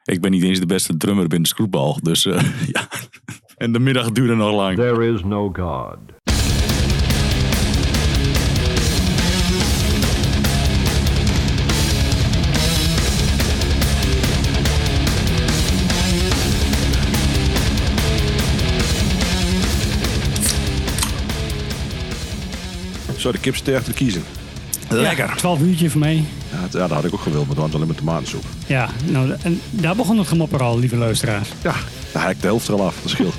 Ik ben niet eens de beste drummer binnen de scootbal. Dus ja. En de middag duurde nog lang. There is no God. Zo, de kip sterk te kiezen. Lekker. 12 uurtje voor mij. Ja, dat had ik ook gewild, maar dan was alleen maar tomatensoep. Ja, nou, en daar begon het gemopper al, lieve luisteraars. Ja, daar haak ik de helft er al af. Dat scheelt.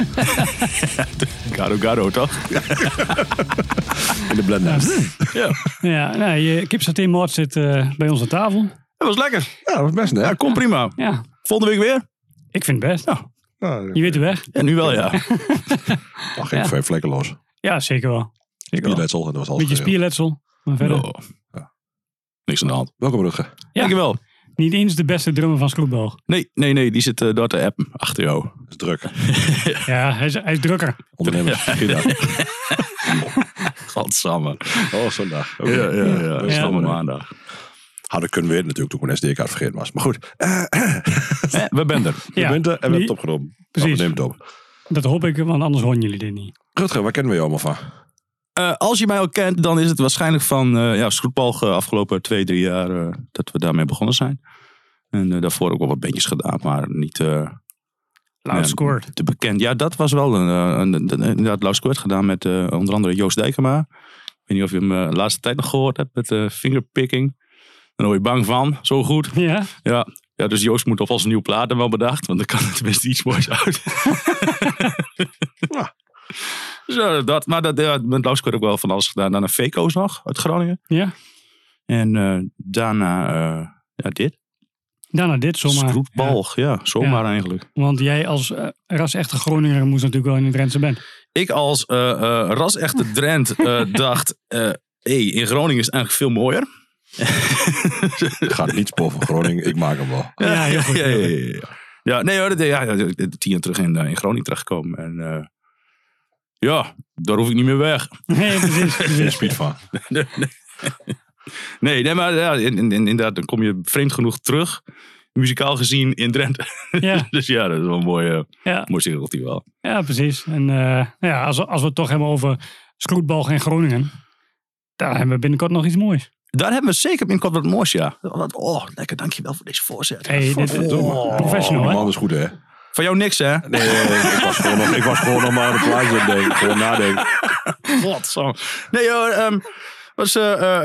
Gado, toch? In de blender. Ja. Ja, nou, je kipsaté moord zit bij ons aan tafel. Dat was lekker. Ja, dat was best, hè? Ja, kom prima. Ja, Volgende week weer? ik vind het best. Nou, Je weet de weg. En nu wel, ja. dan ging ik veel vlekken los. Ja, zeker wel. Spierletsel en dat was alles. Beetje spierletsel. Maar verder. Oh. Niks aan de hand. Welkom, Brugge. Ja. Dankjewel. Niet eens de beste drummer van Scroetbal. Nee, die zit door te appen achter jou. Het is druk. Ja, hij is drukker. Ondernemers. Ja. Godsamme. Oh, zondag. Ja. Dat is Ja. allemaal Maandag. Hadden kunnen weten natuurlijk toen ik mijn SD-kaart vergeten was. Maar goed, We zijn er. je bent er en we hebben het niet- opgenomen. Precies. Nou, we nemen het op. Dat hoop ik, want anders horen jullie dit niet. Rutger, waar kennen we jou allemaal van? Als je mij al kent, dan is het waarschijnlijk van Scroetbal afgelopen 2-3 jaar dat we daarmee begonnen zijn. En daarvoor ook wel wat bandjes gedaan, maar niet Loud Squirt. te bekend. Ja, dat was wel inderdaad Loud Squirt gedaan met onder andere Joost Dijkema. Ik weet niet of je hem de laatste tijd nog gehoord hebt met fingerpicking. Daar word je bang van, zo goed. Ja? Ja, dus Joost moet alvast een nieuwe plaat hebben wel bedacht, want dan kan het tenminste iets moois uit. Zo, dat, maar met Loud Squirt ook wel van alles gedaan. Daarna Feko's nog, uit Groningen. Ja. En daarna dit. Daarna dit zomaar. Scroetbal, ja, zomaar Ja. eigenlijk. Want jij als ras-echte Groninger moest natuurlijk wel in de Drentse band. Ik als ras-echte Drent dacht, in Groningen is het eigenlijk veel mooier. Ik ga niet spoor van Groningen, ik maak hem wel. Ja, heel goed. Ja, nee hoor, 10 jaar terug in Groningen terechtgekomen. En daar hoef ik niet meer weg. Nee, precies. Geen precies. speed van. Nee, maar ja, inderdaad, dan kom je vreemd genoeg terug, muzikaal gezien, in Drenthe. Ja. Dus ja, dat is wel een mooi Ja. cirkeltje wel. Ja, precies. En als we het toch hebben over Scroetbal en Groningen, daar hebben we binnenkort nog iets moois. Daar hebben we zeker binnenkort wat moois, ja. Oh, lekker, dankjewel voor deze voorzet. Hey, dit is professional, De hè? man is goed, hè? Van jou niks, hè? Nee, ik was gewoon nog maar aan het plaatje aan het denken. Gewoon nadenken. Godsamme. Nee hoor, was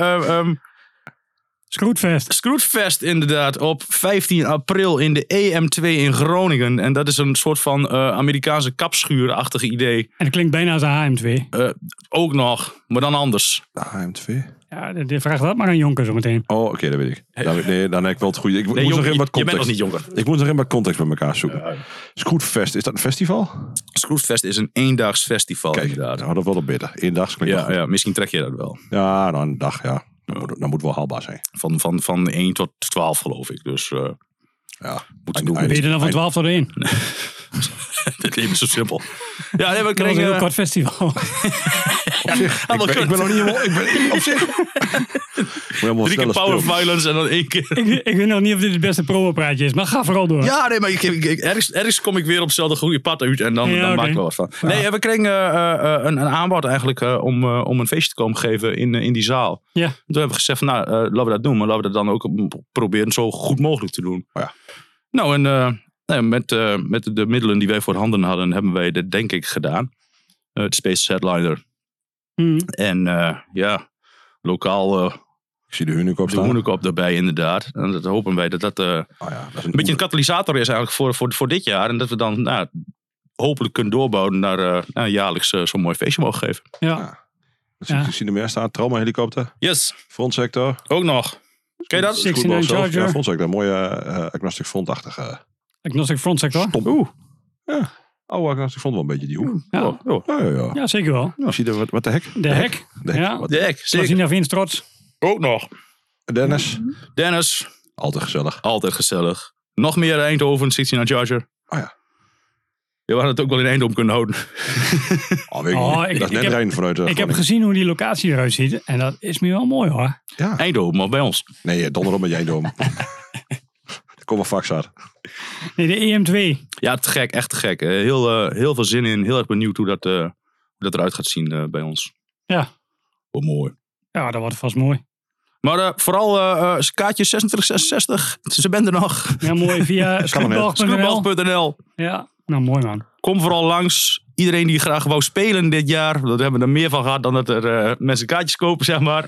Scroetfest. Scroetfest inderdaad op 15 april in de EM2 in Groningen. En dat is een soort van Amerikaanse kapschuurachtig idee. En dat klinkt bijna als de HM2. Ook nog, maar dan anders. HM2? Ja, de vraag dat maar aan Jonker zometeen. Oh, oké, dat weet ik. Dan heb ik wel het goede. Ik Nee, moet nog jongen, even wat je bent context. nog niet jonger. Ik moet nog even wat context met elkaar zoeken. Scroetfest, is dat een festival? Scroetfest is een eendaags festival Kijk, inderdaad. nou, dat is wel beter. Eén dag klinkt wel goed. Ja, misschien trek je dat wel. Ja, nou een dag, ja. Dat moet wel haalbaar zijn. Van 1 tot 12 geloof ik. Dus Ja, moet je doen. Ben je er dan van 12 tot 1? Het leven is zo simpel. Ja, nee, we Dat was een heel kregen... kort festival. Op zich. Ik ben nog niet helemaal... Ik ben op zich... Moet helemaal 3 keer snelle power speel. violence en dan 1 keer... ik weet nog niet of dit het beste promopraatje is, maar ga vooral door. Ja, nee, maar ergens kom ik weer op hetzelfde goede pad uit en dan oké. maak ik wel wat van. Nee, we kregen een aanbod eigenlijk om een feestje te komen geven in die zaal. Ja. Toen hebben we gezegd van, laten we dat doen, maar laten we dat dan ook proberen zo goed mogelijk te doen. Oh ja. Nou, en met de middelen die wij voor handen hadden, hebben wij dit denk ik gedaan. De Space Headliner. Mhm. En lokaal Ik zie de Hunekop de staan. Hoenekop erbij inderdaad. En dat hopen wij dat Oh ja, dat is een beetje een katalysator is eigenlijk voor dit jaar. En dat we dan hopelijk kunnen doorbouwen naar jaarlijks zo'n mooi feestje mogen geven. Ja. Ik zie er meer staan. Trauma-helikopter. Yes, Frontsector. ook nog. Ken je dat? 69 Charger. Ja, frontsector. Mooie agnostic front-achtige Agnostic Front Sector. stomp. Ja. Oude agnostic front wel een beetje die hoek. Ja. Ja. Ja, zeker wel. Ik zie er wat de hek. De hek. De hek. Ja. Wat- De hek, zeker. Rosina Vinstrots. Ook nog. Dennis. Dennis, Altijd gezellig. altijd gezellig. Nog meer Eindhoven, 69 Charger. Oh ja. Je had het ook wel in Eindhoven kunnen houden. Oh, weet ik Oh, niet. ik- Dat is ik net heb- rijden vanuit Ik heb Groningen. gezien hoe die locatie eruit ziet. En dat is me wel mooi hoor. Ja. Eindhoven, maar bij ons. Nee, donderdag met jij dom. Dat komt wel vaak zat. Nee, de EM2. Ja, te gek. Echt te gek. Heel veel zin in. Heel erg benieuwd hoe dat eruit gaat zien bij ons. Ja. Oh, mooi. Ja, dat wordt vast mooi. Maar vooral kaartjes 2666. Ze bent er nog. Ja, mooi. Via Screwball.nl. Ja, nou mooi man. Kom vooral langs. Iedereen die graag wou spelen dit jaar. Dat hebben we er meer van gehad dan dat er mensen kaartjes kopen, zeg maar.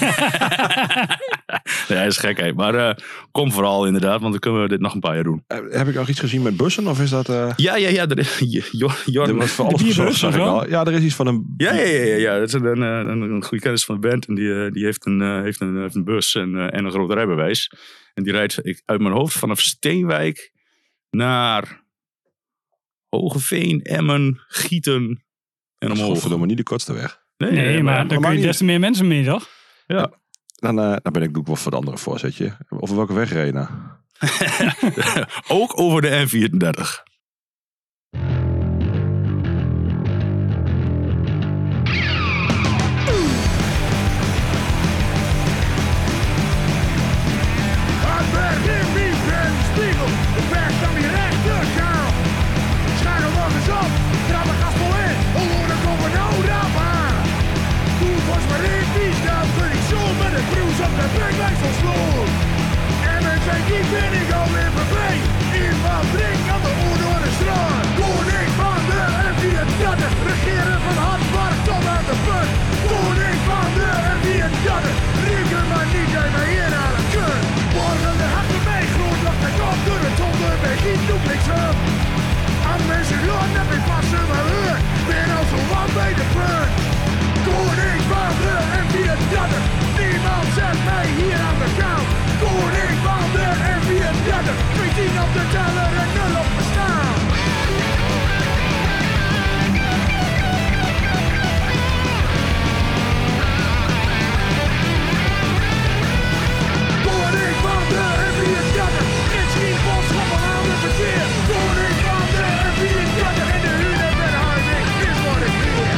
Nee, dat is gekheid. Maar kom vooral inderdaad, want dan kunnen we dit nog een paar jaar doen. Heb ik ook iets gezien met bussen? Of is dat... Ja. Er was voor alles gezorgd, zag ik al. Ja, er is iets van een... Ja. Dat is een goede kennis van de band. En die heeft een bus en een groot rijbewijs. En die rijdt uit mijn hoofd vanaf Steenwijk naar Hogeveen, Emmen, Gieten en omhoog. Godverdomme, niet de kortste weg. Nee, maar dan kun je des te meer mensen mee, toch? Ja. Dan doe ik wel voor de andere voorzetje. Over welke weg reed je nou? Ook over de N34. Ben ik alweer voorbij. Iemand drinkt aan de oer door de straat. Koning van de N34, regeren van Hartmark tot aan de punt. Koning van de N34, reken maar niet dat je mij inhalen kunt. Morgen de hakken mij groot, lacht ik op door de tonde, bij geen doe niks op. Aan mensen gaan heb ik vast in mijn rug, ben al zo lang bij de punt. Koning van de N34, niemand zet mij hier aan de kant. Koning van de N34, 15 op de teller en 0 op de staan. Koning van de N34, misschien van schoppen aan de verkeer. Koning van de N34, in de huur met Hardik, is wat ik weer.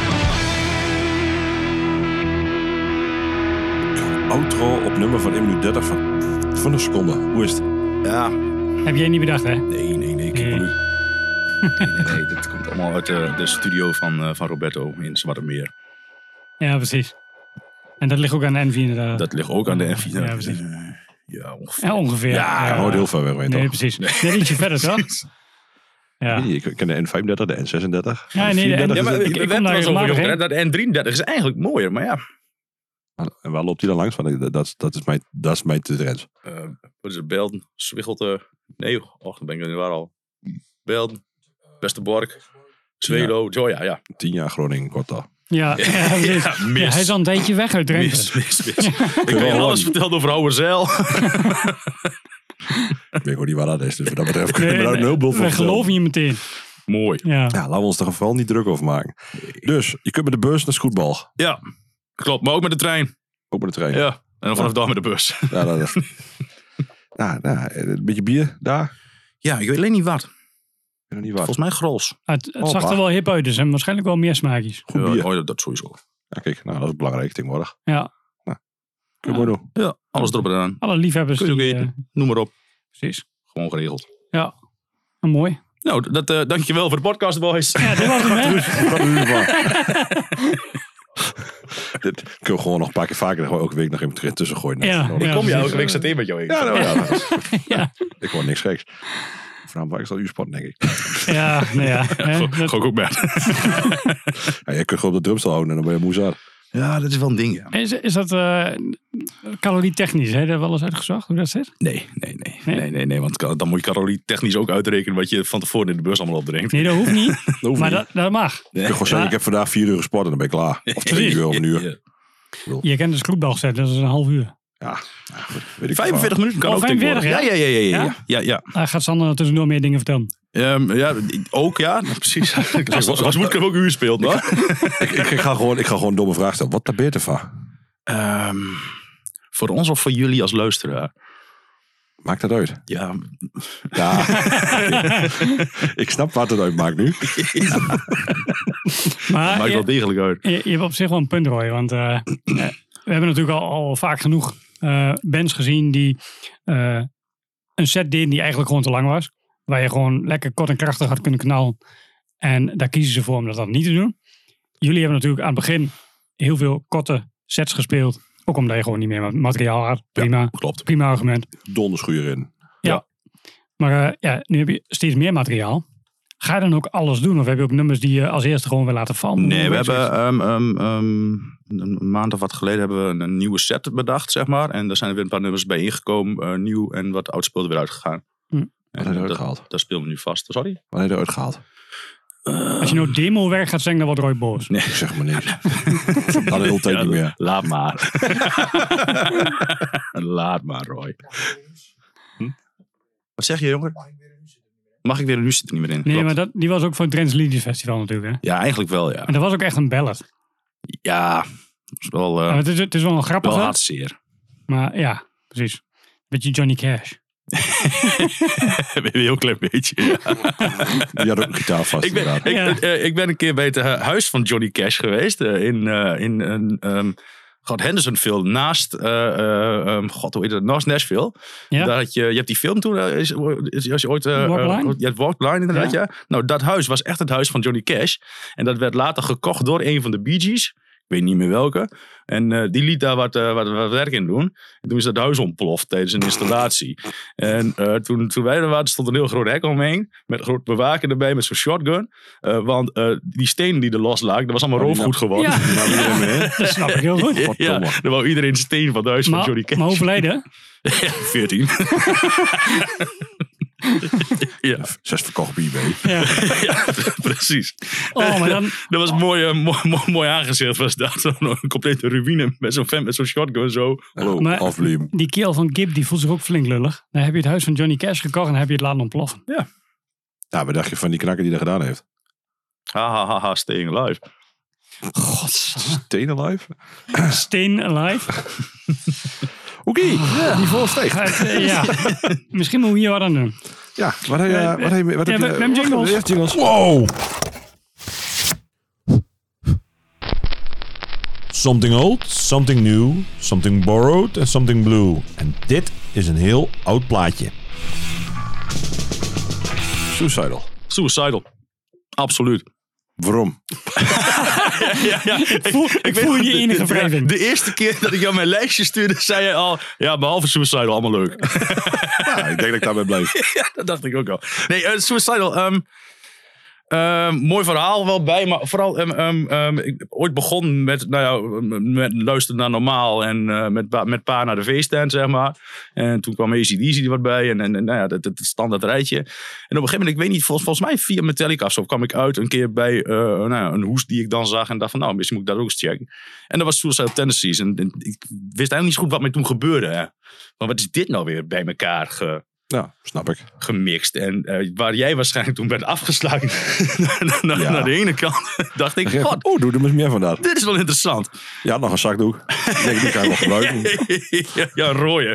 Outro op nummer van 1 minuut 30 van een seconde. Hoe is het? Ja. Heb jij niet bedacht, hè? Nee. Nee. Nee, dat komt allemaal uit de studio van Roberto in Zwartemeer. Ja, precies. En dat ligt ook aan de N4 inderdaad. Dat ligt ook aan de N4. Ja, precies. Ja, ongeveer. Ja, ongeveer. Ja, hoort heel ver weg, weet je Nee, toch? precies. Net ietsje verder, toch? Ja. Ik ken de N35, de N36. Ja, nee, de N34. Ja, maar Ik we kom hebben daar het wel regelmatig over heen. dat N33 is eigenlijk mooier, maar ja. En waar loopt hij dan langs? Want dat is mijn grens. Wat is het? Belden, Zwiggelte. Nee, dan ben ik er waar al. Belden, Westerbork, Zwelo, Joya, ja. 10 jaar Groningen, kort al. Ja, precies. Ja, mis. Ja, hij is al een tijdje weg uit Drenthe. Mis. Ik heb je alles verteld over Houwerzeil. Ik weet ook niet waar dat is, dus wat dat betreft kunnen we daar een heleboel van We vertellen. geloven je meteen. Mooi. Ja. Ja, laten we ons er vooral niet druk over maken. Dus, je kunt met de bus naar Scootbal. Ja, klopt. Maar ook met de trein. Ook met de trein. Ja. En dan vanaf daar met de bus. Ja, een beetje bier daar. Ja, ik weet alleen niet wat. Ik weet nog niet wat. Volgens mij Grols. Het zag er wel hip uit, dus en waarschijnlijk wel meer smaakjes. Goed bier. Ja, dat sowieso. Ja, kijk, nou, dat is belangrijk tegenwoordig. Ja. Kun je mooi doen. Ja, alles erop en aan. Alle liefhebbers. Kun je ook die, eten. Noem maar op. precies. Gewoon geregeld. Ja. Mooi. Nou, dankjewel voor de podcast, boys. Ja, dit was hem, hè? Wat een uur van. Dit kunnen we gewoon nog een paar keer vaker elke week nog even tussen gooien. Ja. Ik kom jou precies. elke week zitten met jou in. Ja, Ja. ik hoor niks geks. Vanavond ik zal u spot, denk ik. Ja, nou ja. Hè, dat- Ga ik ook met. Ja, je kunt gewoon op de drumstel houden en dan ben je moe zat. Ja, dat is wel een ding, ja. Is dat calorietechnisch, hè? Dat hebben we wel eens uitgezocht hoe dat zit? Nee. Want dan moet je calorietechnisch ook uitrekenen wat je van tevoren in de bus allemaal opdrinkt. Nee, dat hoeft niet. Dat hoeft Maar niet. dat mag. Je kunt gewoon zeggen, ik heb vandaag 4 uur gesport en dan ben ik klaar. Of 2 uur of een uur. Ja. Je kent de scroetbal gezet, dat is een half uur. Ja, goed, weet ik 45 minuten kan Oh, ook 45, tegenwoordig. Ja. Daar gaat Sander tussendoor meer dingen vertellen. Ja, ook ja, precies. Als moet ik hem ook uur speelt, hoor. Ik ga gewoon domme vraag stellen. Wat daar beter van? Voor ons of voor jullie als luisteraar? Maakt dat uit? Ja, Ja. Ik snap wat het uitmaakt nu. Maar maakt wel degelijk uit. je hebt op zich wel een punt, Roy. Want we hebben natuurlijk al vaak genoeg bands gezien die een set deden die eigenlijk gewoon te lang was. waar je gewoon lekker kort en krachtig had kunnen knallen. En daar kiezen ze voor om dat niet te doen. Jullie hebben natuurlijk aan het begin heel veel korte sets gespeeld. Ook omdat je gewoon niet meer materiaal had. Prima, Ja, klopt. prima argument. Donderschuur in. Maar nu heb je steeds meer materiaal. Ga je dan ook alles doen? Of heb je ook nummers die je als eerste gewoon wil laten vallen? Nee, we hebben een maand of wat geleden hebben we een nieuwe set bedacht, zeg maar. En daar zijn er weer een paar nummers bij ingekomen. Nieuw en wat oud speelde weer uitgegaan. Wat heb je eruit gehaald? Dat spelen we nu vast. Sorry? Wat heb je eruit gehaald? Als je nou demo werk gaat zingen, dan wordt Roy boos. Nee. Ik zeg maar niks. Dat de hele tijd niet meer. Laat maar. Laat maar, Roy. Wat zeg je, jongen? Mag ik weer een nu zit er niet meer in? Nee, Klopt. maar die was ook voor het Drents Liedjesfestival natuurlijk. Hè? Ja, eigenlijk wel, ja. En dat was ook echt een ballad. Ja, dat is wel, Maar het is wel een grappige. wel hartzeer. Maar ja, precies. Beetje Johnny Cash. Een heel klein beetje. Ja. Die had ook een gitaar vast. Ik ben een keer bij het huis van Johnny Cash geweest. In Hendersonville naast, hoe heet het? Naast Nashville. Ja. Daar had je hebt die film toen, als je ooit... Walk Line? Ja, Walk Line inderdaad, Ja. ja. Nou, dat huis was echt het huis van Johnny Cash. En dat werd later gekocht door een van de Bee Gees. Ik weet niet meer welke. En die liet daar wat werk in doen. En toen is dat huis ontploft tijdens een installatie. En toen wij er waren, stond een heel groot hek omheen. Met een groot bewaker erbij, met zo'n shotgun. Want die stenen die er los lagen, dat was allemaal roofgoed geworden. Ja. Nou, iedereen mee. Dat snap ik heel goed. Ja, dan wou iedereen steen van het huis van Johnny Cash. Maar overleden? Ja, 14. Ja. 6 verkocht bij eBay. Ja. Ja, precies. Oh, maar dan... Dat was mooi aangezicht, was dat. Een complete ruïne met zo'n vent met zo'n shotgun zo. Wow. Maar- Afbleem. Die keel van Gib, die voelt zich ook flink lullig. Dan heb je het huis van Johnny Cash gekocht en dan heb je het laten ontploffen. Ja, wat dacht je van die knakker die dat gedaan heeft? Ha, staying alive. Godsamme. Stenen live? Stain Alive. Oké, niveau stijgt. Ja. Misschien moeten we hier wat aan doen. Ja, wat heb je... we hebben jingles. Eerst jingles. Wow! Something old, something new, something borrowed en something blue. En dit is een heel oud plaatje. Suicidal. Absoluut. Waarom? Ik voel je enige wrijving. De eerste keer dat ik jou mijn lijstje stuurde, zei je al... Ja, behalve Suicidal, allemaal leuk. Ja, ik denk dat ik daarbij blijf. Ja, dat dacht ik ook al. Nee, Suicidal... mooi verhaal wel bij, maar vooral ik ooit begon met luisteren naar Normaal en met pa naar de feesttent, zeg maar. En toen kwam AC/DC er wat bij en het standaard rijtje. En op een gegeven moment, ik weet niet, volgens mij via Metallica of zo kwam ik uit een keer bij een hoes die ik dan zag en dacht van nou, misschien moet ik dat ook eens checken. En dat was Suicidal Tendencies en ik wist eigenlijk niet zo goed wat mij toen gebeurde. Hè. Maar wat is dit nou weer bij elkaar Ja, snap ik. gemixt. En waar jij waarschijnlijk toen bent afgeslagen naar de ene kant, dacht ik, god, Oh, doe er eens meer van dat. dit is wel interessant. Ja, nog een zakdoek. Ik denk, die kan je wel gebruiken. Ja, een rode.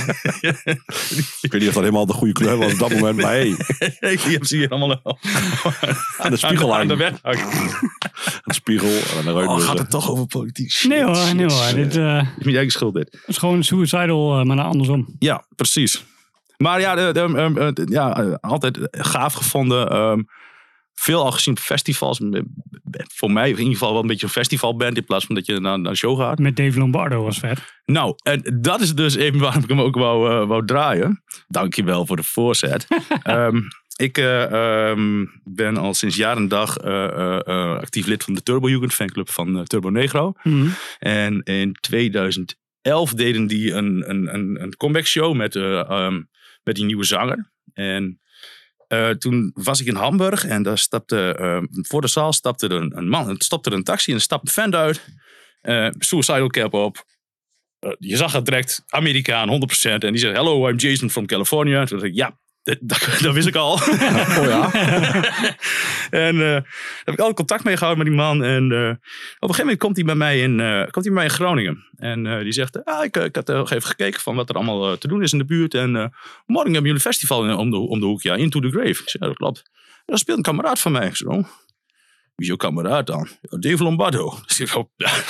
Ik weet niet of dat helemaal de goede kleur was op dat moment, maar hey, Ik heb ze hier allemaal aan de spiegel aan aan de de weg. spiegel en dan Oh, gaat het toch over politiek? Shit, Nee hoor, nee hoor. Dit is niet eigen schuld dit. is gewoon suicidal, maar dan andersom. Ja, precies. Maar ja, altijd gaaf gevonden. Veel al gezien op festivals. Voor mij in ieder geval wel een beetje een festivalband in plaats van dat je naar een show gaat. Met Dave Lombardo was vet. Nou, en dat is dus even waarom ik hem ook wou draaien. Dankjewel voor de voorzet. Ik ben al sinds jaar en dag actief lid van de Turbojugend fanclub van Turbo Negro. Mhm. En in 2011 deden die een comeback show met die nieuwe zanger. En toen was ik in Hamburg en daar voor de zaal stapte er een man. Het stopte er een taxi en er stapte een vent uit. Suicidal cap op. Je zag het direct, Amerikaan, 100%. En die zei, hello, I'm Jason from California. Toen dacht ik, ja, dat wist ik al. Oh ja? En daar heb ik al contact mee gehouden met die man. En op een gegeven moment komt hij bij mij in Groningen. En die zegt, ik had nog even gekeken van wat er allemaal te doen is in de buurt. En morgen hebben jullie een festival om de hoek. Ja, Into the Grave. Ik zei, ja, dat klopt. En daar speelt een kameraad van mij. Ik zei, oh, wie is jouw kameraad dan? Ja, Dave Lombardo. Dus ik oh, ja.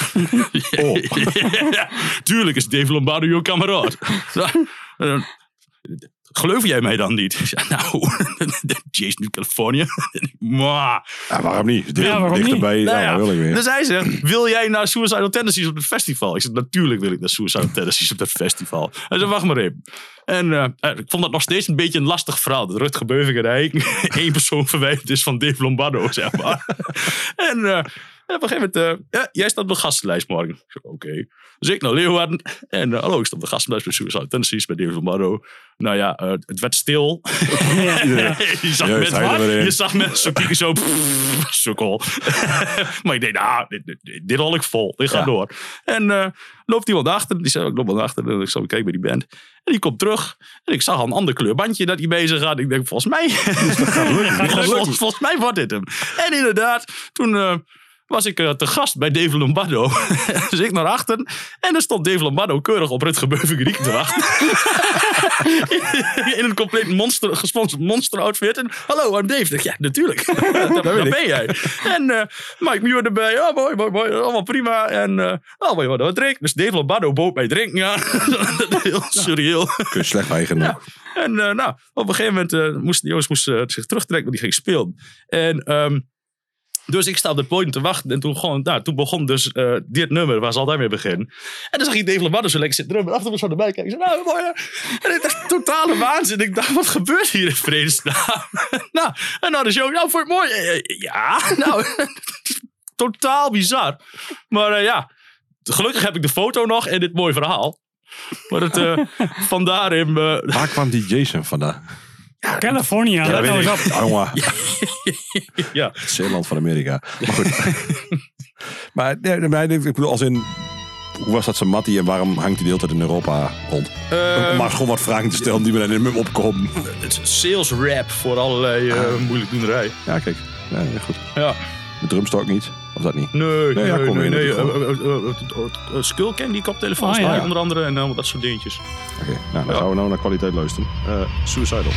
Ja, tuurlijk is Dave Lombardo jouw kameraad. geloof jij mij dan niet? Ja, nou, Jason California. Maar, Ja, waarom niet? waarom niet? Dichterbij, nou ja, wil ik weer. dan zei ze, wil jij naar Suicidal Tendencies op het festival? Ik zei, natuurlijk wil ik naar Suicidal Tendencies op dat festival. Hij zei, wacht maar even. En ik vond dat nog steeds een beetje een lastig verhaal. Dat Rutger Beuving één persoon verwijderd is van Dave Lombardo, zeg maar. En op een gegeven moment, jij staat op de gastenlijst morgen. Ik zei, oké. Dus ik naar Leeuwarden. En hallo, ik sta op de gastenlijst bij Suicidal Tendencies, bij Dave Lombardo. Nou ja, het werd stil. Je zag mensen zo kijken, zo sukkel. Maar ik denk, nou, dit rol ik vol. Dit gaat door. En loopt iemand achter. Die zei, ik loop wel achter. En ik zag kijken bij die band. En die komt terug. En ik zag al een ander kleurbandje dat hij bezig gaat. Ik denk, volgens mij volgens mij wordt dit hem. En inderdaad, toen was ik te gast bij Dave Lombardo. Dus ik naar achter. En er stond Dave Lombardo keurig op Rutger Beuving te wachten. In een compleet gesponsord monster outfit. En hallo, I'm Dave. Ja, natuurlijk. Daar ben jij. En Mike Muir erbij. Ja, mooi. Allemaal prima. En mooi, wat drinken. Dus Dave Lombardo bood mij drinken. Ja. Heel surreal. Kun je slecht weigeren. Ja. En op een gegeven moment moesten Joost zich terugtrekken. Want die ging spelen. En dus ik sta op het podium te wachten. En toen begon dus dit nummer waar ze altijd mee beginnen. En dan zag ik Dave Lombardo zo lekker zitten drummen. Achter me zo erbij kijken. Ik zei, nou, mooi. En dit is totale waanzin. Ik dacht, wat gebeurt hier in vredesnaam? En nou de show. Nou, vond je het mooi? Ja, nou. Totaal bizar. Maar gelukkig heb ik de foto nog en dit mooie verhaal. Maar het vandaar in... Waar kwam die Jason vandaan? California, let nou eens op. Ja. Het Zeeland van Amerika. Maar goed. maar ik bedoel, als in... Hoe was dat zijn mattie en waarom hangt hij de hele tijd in Europa rond? Om maar gewoon wat vragen te stellen die me in hem opkomen. Het is sales rap voor allerlei moeilijk doenerij. Ja, kijk. Ja, goed. Ja. De drumstok niet? Of dat niet? Nee. Nee. Skullcan die koptelefoons staan onder andere en dat soort dingetjes. Oké, nou, dan gaan we nou naar kwaliteit luisteren. Suicidal.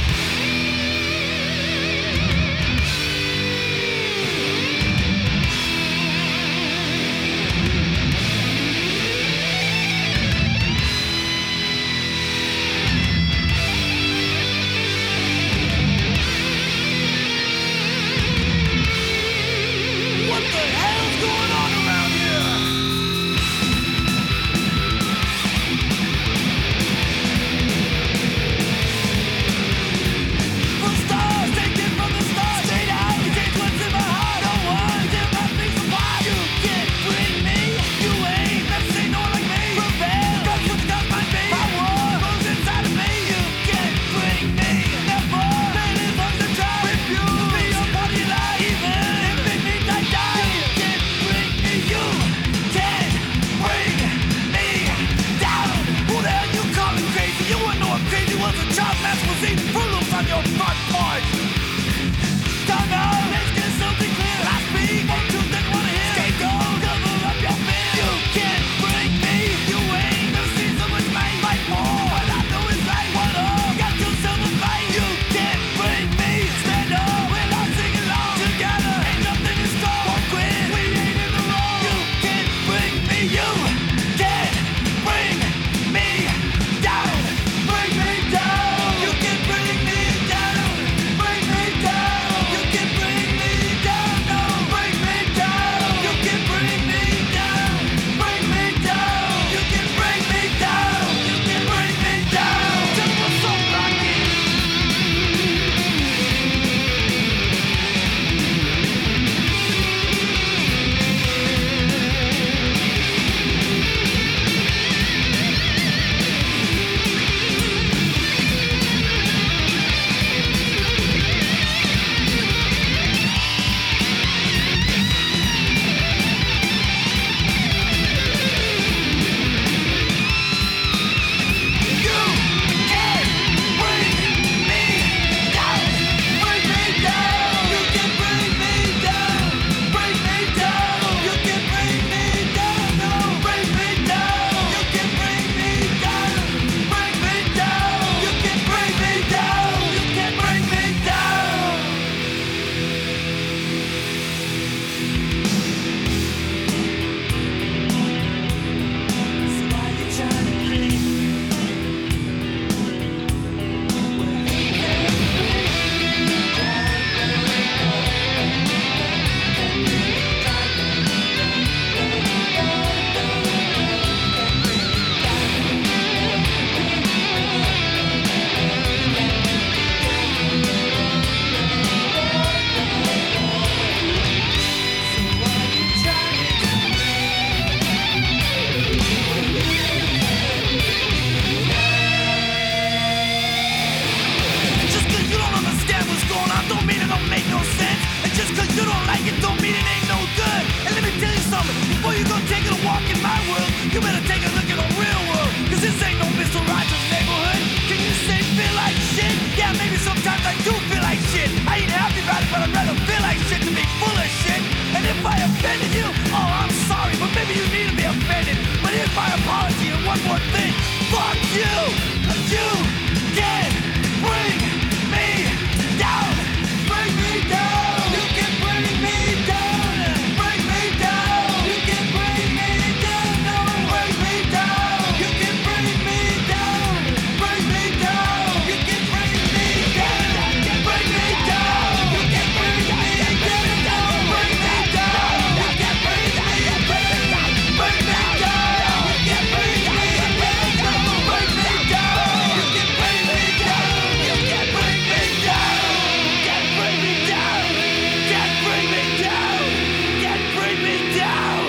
offended you. Oh, I'm sorry, but maybe you need to be offended. But here's my apology and one more thing. Fuck you! You can bring me down! Bring me down! You can bring me down! Bring me down! You can bring me down! No, bring me down! You can bring me down! Bring me down! You can bring me down! Bring me down! You can bring me down! Bring me down! You can bring me down! Bring me down! You can bring me down! Bring me down! You can bring me down! You can bring me down! Can bring me down! Can bring me down! Can bring me down!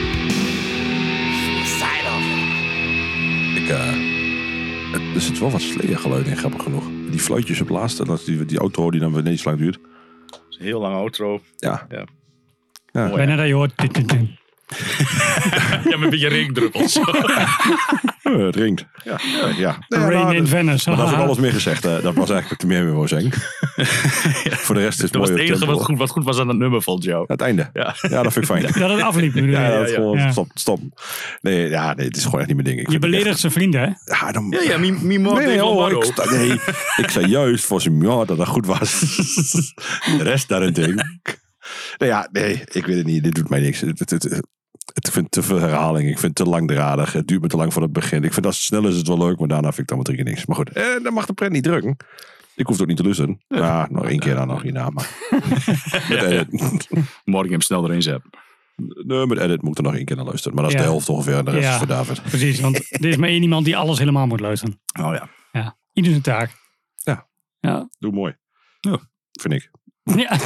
Suicidal. Er zit wel wat Slayer-geluid in, grappig genoeg. Die fluitjes op laatste, dat is die outro die dan weer niet zo lang duurt. Heel lang outro. Ja. Ja. Ja. Mooi, Bijna dat je hoort. Ja, met een beetje regendruppels. Het ringt. Ja. Rain in Venice. Maar dat is ook alles meer gezegd. Dat was eigenlijk wat ik er meer mee wou zeggen. Voor de rest is het Dat was mooi. het enige wat goed was aan het nummer, vond jou. Het einde. Ja. Ja, dat vind ik fijn. Dat het afliep. bedoel je? Ja, dat is gewoon Ja. stop. Nee, het is gewoon echt niet mijn ding. Ik Je vind het beledigt zijn vrienden, hè? echt- Ja, dan... Ja, Mimo Nee, ik zei juist voor zijn dat dat goed was. De rest daarentegen. Nee, ik weet het niet. Dit doet mij niks. Ik vind het te veel herhaling. Ik vind het te langdradig. Het duurt me te lang voor het begin. Ik vind als het snel is het wel leuk, maar daarna vind ik dan drie keer niks. Maar goed, dan mag de pret niet drukken. Ik hoef het ook niet te luisteren. Ja, nog één keer dan nog hierna. Maar met edit. Morgen hem snel erin zetten. Nee, met edit moet ik er nog één keer naar luisteren. Maar dat is Ja. de helft ongeveer. En de rest Ja. is voor David. Precies, want er is maar één iemand die alles helemaal moet luisteren. Oh ja. Ja. Ieder zijn taak. Ja. Ja. Doe mooi. Ja. Vind ik. Ja.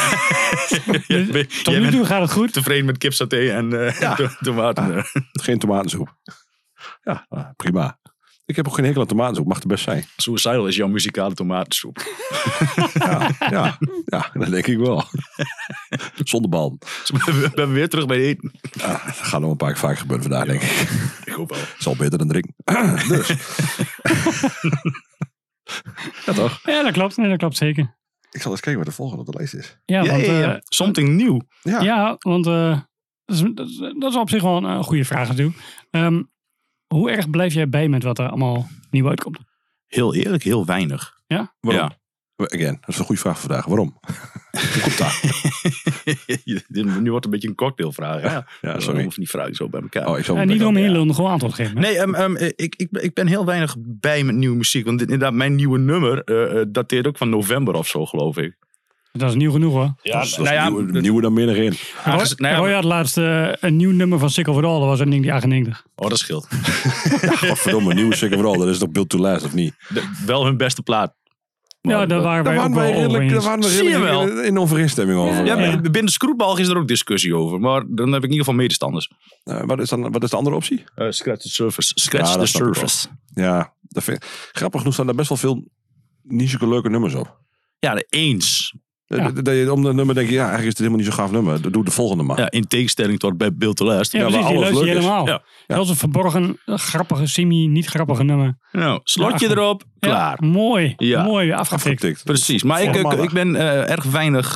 Tot Jij nu toe bent gaat het goed. tevreden met kipsaté en tomaten. Geen tomatensoep. Ja, prima. Ik heb ook geen hekel aan tomatensoep. Mag er best zijn. Suicidal is jouw muzikale tomatensoep. Ja, dat denk ik wel. Zonder bal. We zijn weer terug bij eten. Ja, dat gaat nog een paar keer vaak gebeuren vandaag, denk ik. Ik hoop wel. Zal beter dan drinken. Dus. Ja, toch? Ja, dat klopt. Nee, dat klopt zeker. Ik zal eens kijken wat de volgende op de lijst is. Ja, want, Something nieuw. Ja. want dat is op zich wel een goede vraag natuurlijk. Hoe erg blijf jij bij met wat er allemaal nieuw uitkomt? Heel eerlijk, heel weinig. Ja? Waarom? Ja. Again, dat is een goede vraag vandaag. Waarom? Hoe komt dat? Nu wordt het een beetje een cocktailvraag. Ja, sorry. Of niet vragen zo bij elkaar. Oh, ik zal En niet om heel lang gewoon antwoord geven. Hè? Nee, ik ben heel weinig bij met nieuwe muziek. Want inderdaad, mijn nieuwe nummer dateert ook van november of zo, geloof ik. Dat is nieuw genoeg hoor. Ja, nieuwe dan meer erin. Roy had laatst een nieuw nummer van Sick of It All. Dat was een ding die 98. Oh, dat scheelt. Godverdomme, nieuwe Sick of It All. Dat is toch Built to Last, of niet? Wel hun beste plaat. Ja, daar waren wij ook wel over eens. Zie je wel. in overeenstemming over. Ja, binnen Scroetbalg is er ook discussie over. Maar dan heb ik in ieder geval medestanders. Wat is de andere optie? Scratch the surface. Scratch Ja, dat the snap ik surface. Ja, dat vind ik, grappig genoeg staan daar best wel veel niet zulke leuke nummers op. Ja, eens. Ja. Om de nummer denk je, ja, eigenlijk is het helemaal niet zo gaaf nummer. Doe de volgende maar. Ja, in tegenstelling tot bij Built to Last. Ja, waar precies. Die alles luister je leuk is. helemaal. Ja. Dat is een verborgen, grappige, niet grappige nummer. Nou, slotje erop, klaar. Ja, mooi. Ja. Mooi, afgetikt. Afgetikt. Precies, maar Volgende ik ben erg weinig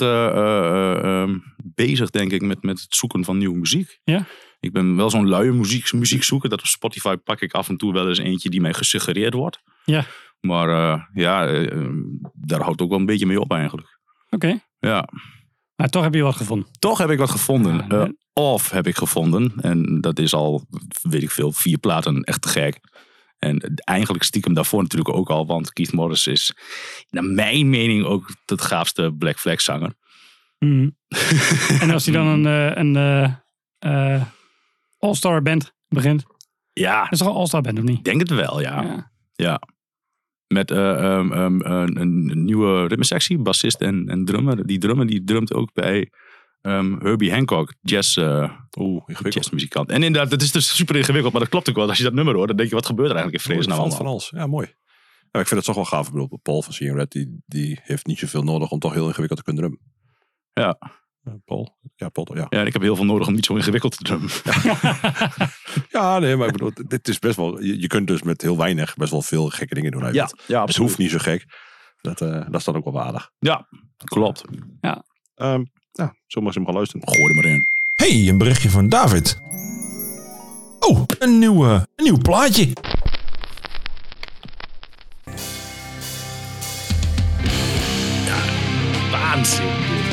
bezig, denk ik, met het zoeken van nieuwe muziek. Ja? Ik ben wel zo'n luie muziek zoeken. Dat op Spotify pak ik af en toe wel eens eentje die mij gesuggereerd wordt. Ja. Maar daar houdt ook wel een beetje mee op eigenlijk. Oké. Ja. Maar toch heb je wat gevonden. Toch heb ik wat gevonden. Ja. Of heb ik gevonden. En dat is al, weet ik veel, 4 platen echt te gek. En eigenlijk stiekem daarvoor natuurlijk ook al. Want Keith Morris is naar mijn mening ook de gaafste Black Flag zanger. Mhm. En als hij dan een all-star band begint. Ja, Dat is toch een all-star band of niet? ik denk het wel, ja. Ja. Ja. Met een nieuwe ritmesectie, bassist en drummer. Die drumt ook bij Herbie Hancock, jazzmuzikant. En inderdaad, het is dus super ingewikkeld, maar dat klopt ook wel. Als je dat nummer hoort, dan denk je, wat gebeurt er eigenlijk in vrees nou van allemaal? alles. Ja, mooi. Ja, ik vind het toch wel gaaf. Ik bedoel, Paul van Seeing Red, die heeft niet zoveel nodig om toch heel ingewikkeld te kunnen drummen. Ja. Paul. Ja, Ja, en ik heb heel veel nodig om niet zo ingewikkeld te drummen. Ja, nee, maar ik bedoel, dit is best wel... Je kunt dus met heel weinig best wel veel gekke dingen doen. Ja, ja, het hoeft niet zo gek. Dat is dan ook wel waardig. Ja, klopt. Nou, zullen we maar eens hem gaan luisteren? Gooi er maar in. Hey, een berichtje van David. Oh, een nieuw plaatje. Waanzin.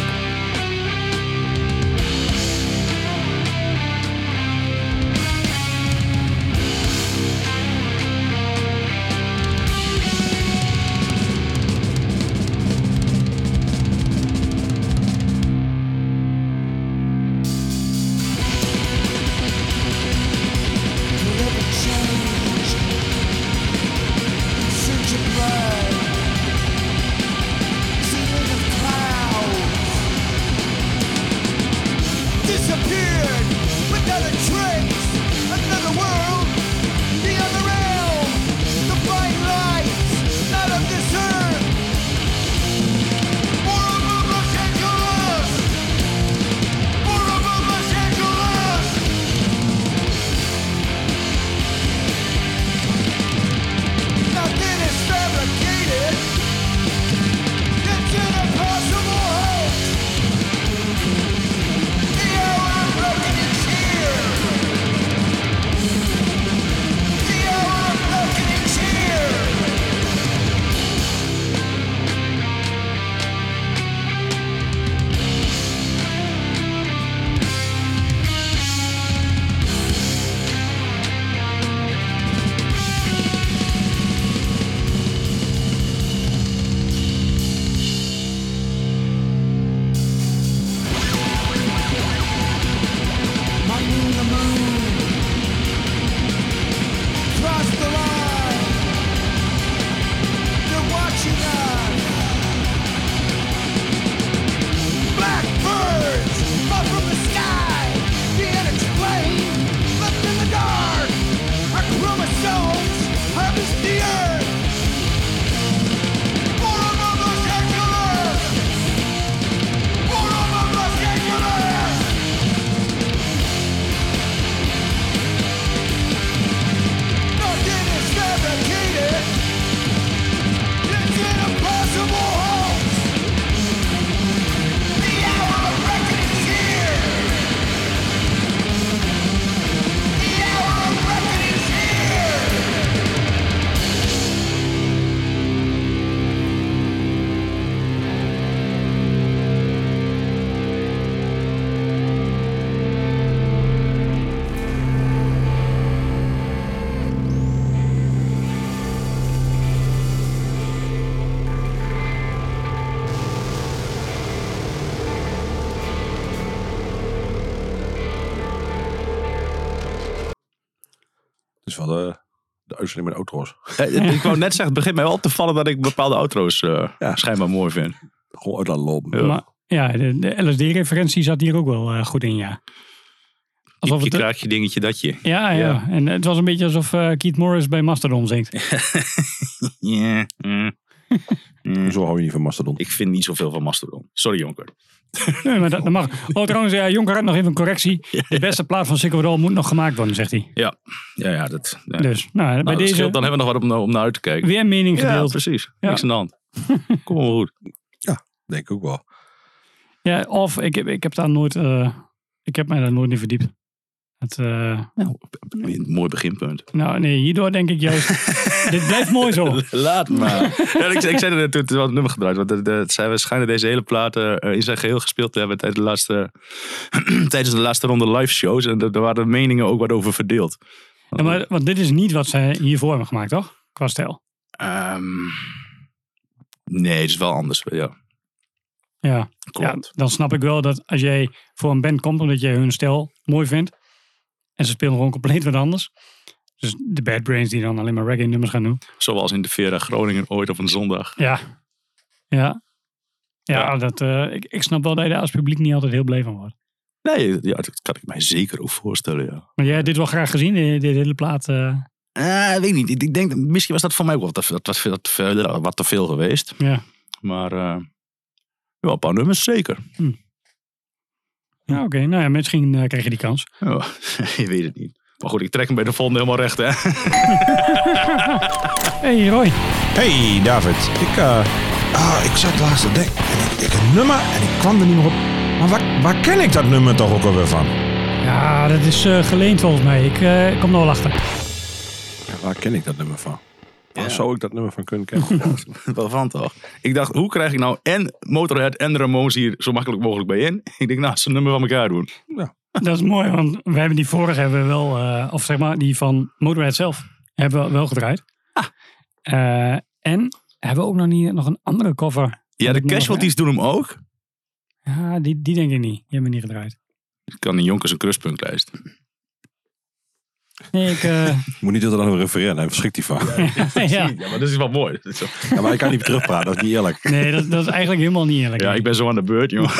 Dus wel de uitzending met auto's. Ik wou net zeggen, het begint mij wel op te vallen dat ik bepaalde auto's schijnbaar mooi vind. Gewoon uit laten lopen. Ja. Maar ja, de LSD-referentie zat hier ook wel goed in, ja. Alsof Je kraakje, dingetje, datje. Ja. En het was een beetje alsof Keith Morris bij Mastodon zingt. Ja. Zo hou je niet van Mastodon. Ik vind niet zoveel van Mastodon. Sorry, Jonker. Nee, maar dat mag. Oh, trouwens, Jonker had nog even een correctie. De beste plaat van Sick of It All moet nog gemaakt worden, zegt hij. Ja. Dus, bij dat deze scheelt, dan hebben we nog wat om naar uit te kijken. weer mening Ja, gedeeld. precies. Ja. Niks aan de hand. Kom maar goed. Denk ik ook wel. Ja, of ik heb daar nooit... ik heb mij daar nooit in verdiept. Een mooi beginpunt. Nou, nee, hierdoor denk ik juist... dit blijft mooi zo. Laat maar. Ja, ik zei het toen we het nummer gedraaid. Want we schijnen deze hele platen in zijn geheel gespeeld te hebben tijdens de laatste ronde live shows. En daar waren de meningen ook wat over verdeeld. Ja, maar, want dit is niet wat zij hiervoor hebben gemaakt, toch? Qua stijl. Nee, het is wel anders. Ja. Ja. Klopt. Ja, dan snap ik wel dat als jij voor een band komt omdat jij hun stijl mooi vindt. En ze spelen gewoon compleet wat anders. Dus de Bad Brains die dan alleen maar reggae nummers gaan doen. Zoals in de Vera Groningen ooit op een zondag. Ja. Dat, ik snap wel dat je daar als publiek niet altijd heel blij van wordt. Nee, ja, dat kan ik mij zeker ook voorstellen, ja. Maar jij hebt dit wel graag gezien, dit hele plaat? Weet ik niet. Ik denk, misschien was dat voor mij ook wat te veel geweest. Ja. Maar wel een paar nummers zeker. Ja, oké. Nou ja, misschien krijg je die kans. Ja, je weet het niet. Maar goed, ik trek hem bij de volgende helemaal recht, hè. Hey Roy. Hey David, ik zat laatst te denken. Ik een nummer en ik kwam er niet meer op. Maar waar ken ik dat nummer toch ook alweer van? Ja, dat is geleend volgens mij. Ik kom er wel achter. Ja, waar ken ik dat nummer van? Waar zou ik dat nummer van kunnen kennen? Wel van toch? Ik dacht, hoe krijg ik nou en Motorhead en de Ramones hier zo makkelijk mogelijk bij in? Ik denk, nou, ze een nummer van elkaar doen. Dat is mooi, want we hebben die vorige hebben we wel, of zeg maar die van Motorhead zelf, hebben we wel gedraaid. En hebben we ook nog een andere cover. Ja, de Casualties doen hem ook. Ja, die denk ik niet. Die hebben we niet gedraaid. Ik kan in Jonkers een kruspuntlijst. Nee, ik... Je moet niet altijd aan hem refereren, hij verschrikt die van. ja. Ja, maar dat is wel mooi. Dat is zo. Ja, maar ik kan niet terugpraten, dat is niet eerlijk. Nee, dat is eigenlijk helemaal niet eerlijk. Ja, ik ben zo aan de beurt, joh.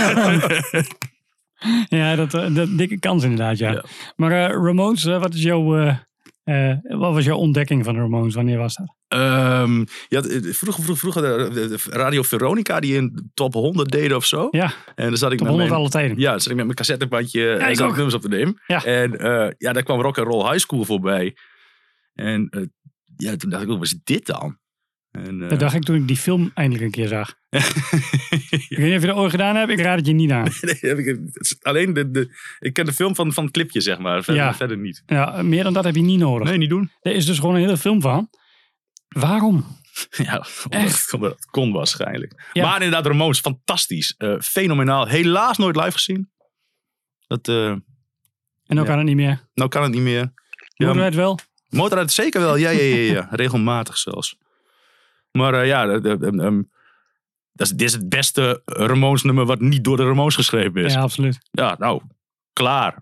Ja, dat dikke kans inderdaad, ja. Ja. Maar Ramones, wat was jouw ontdekking van de Ramones? Wanneer was dat? Vroeger de Radio Veronica die een top 100 deden of zo. Ja, En dan zat ik top met 100 mijn, alle tijden. ja, dan zat ik met mijn cassettebandje en ik zat ik ook. nummers op te nemen. Ja. En daar kwam Rock and Roll High School voorbij. En toen dacht ik, wat is dit dan? En, Dat dacht ik toen ik die film eindelijk een keer zag. Ik weet niet of je dat ooit gedaan hebt. Ik raad het je niet aan. Nee, heb ik, het is alleen ik ken de film van het clipje, zeg maar. Verder niet. Ja, meer dan dat heb je niet nodig. Nee, niet doen. Er is dus gewoon een hele film van. Waarom? Ja, omdat het kon waarschijnlijk. Ja. Maar inderdaad, Ramones, fantastisch. Fenomenaal. Helaas nooit live gezien. Dat, En nou kan het niet meer. nou kan het niet meer. Ja, Motorhead wel? Motorhead zeker wel. Ja. Regelmatig zelfs. Maar dit is het beste Ramones nummer wat niet door de Ramones geschreven is. Ja, absoluut. Ja, nou, klaar.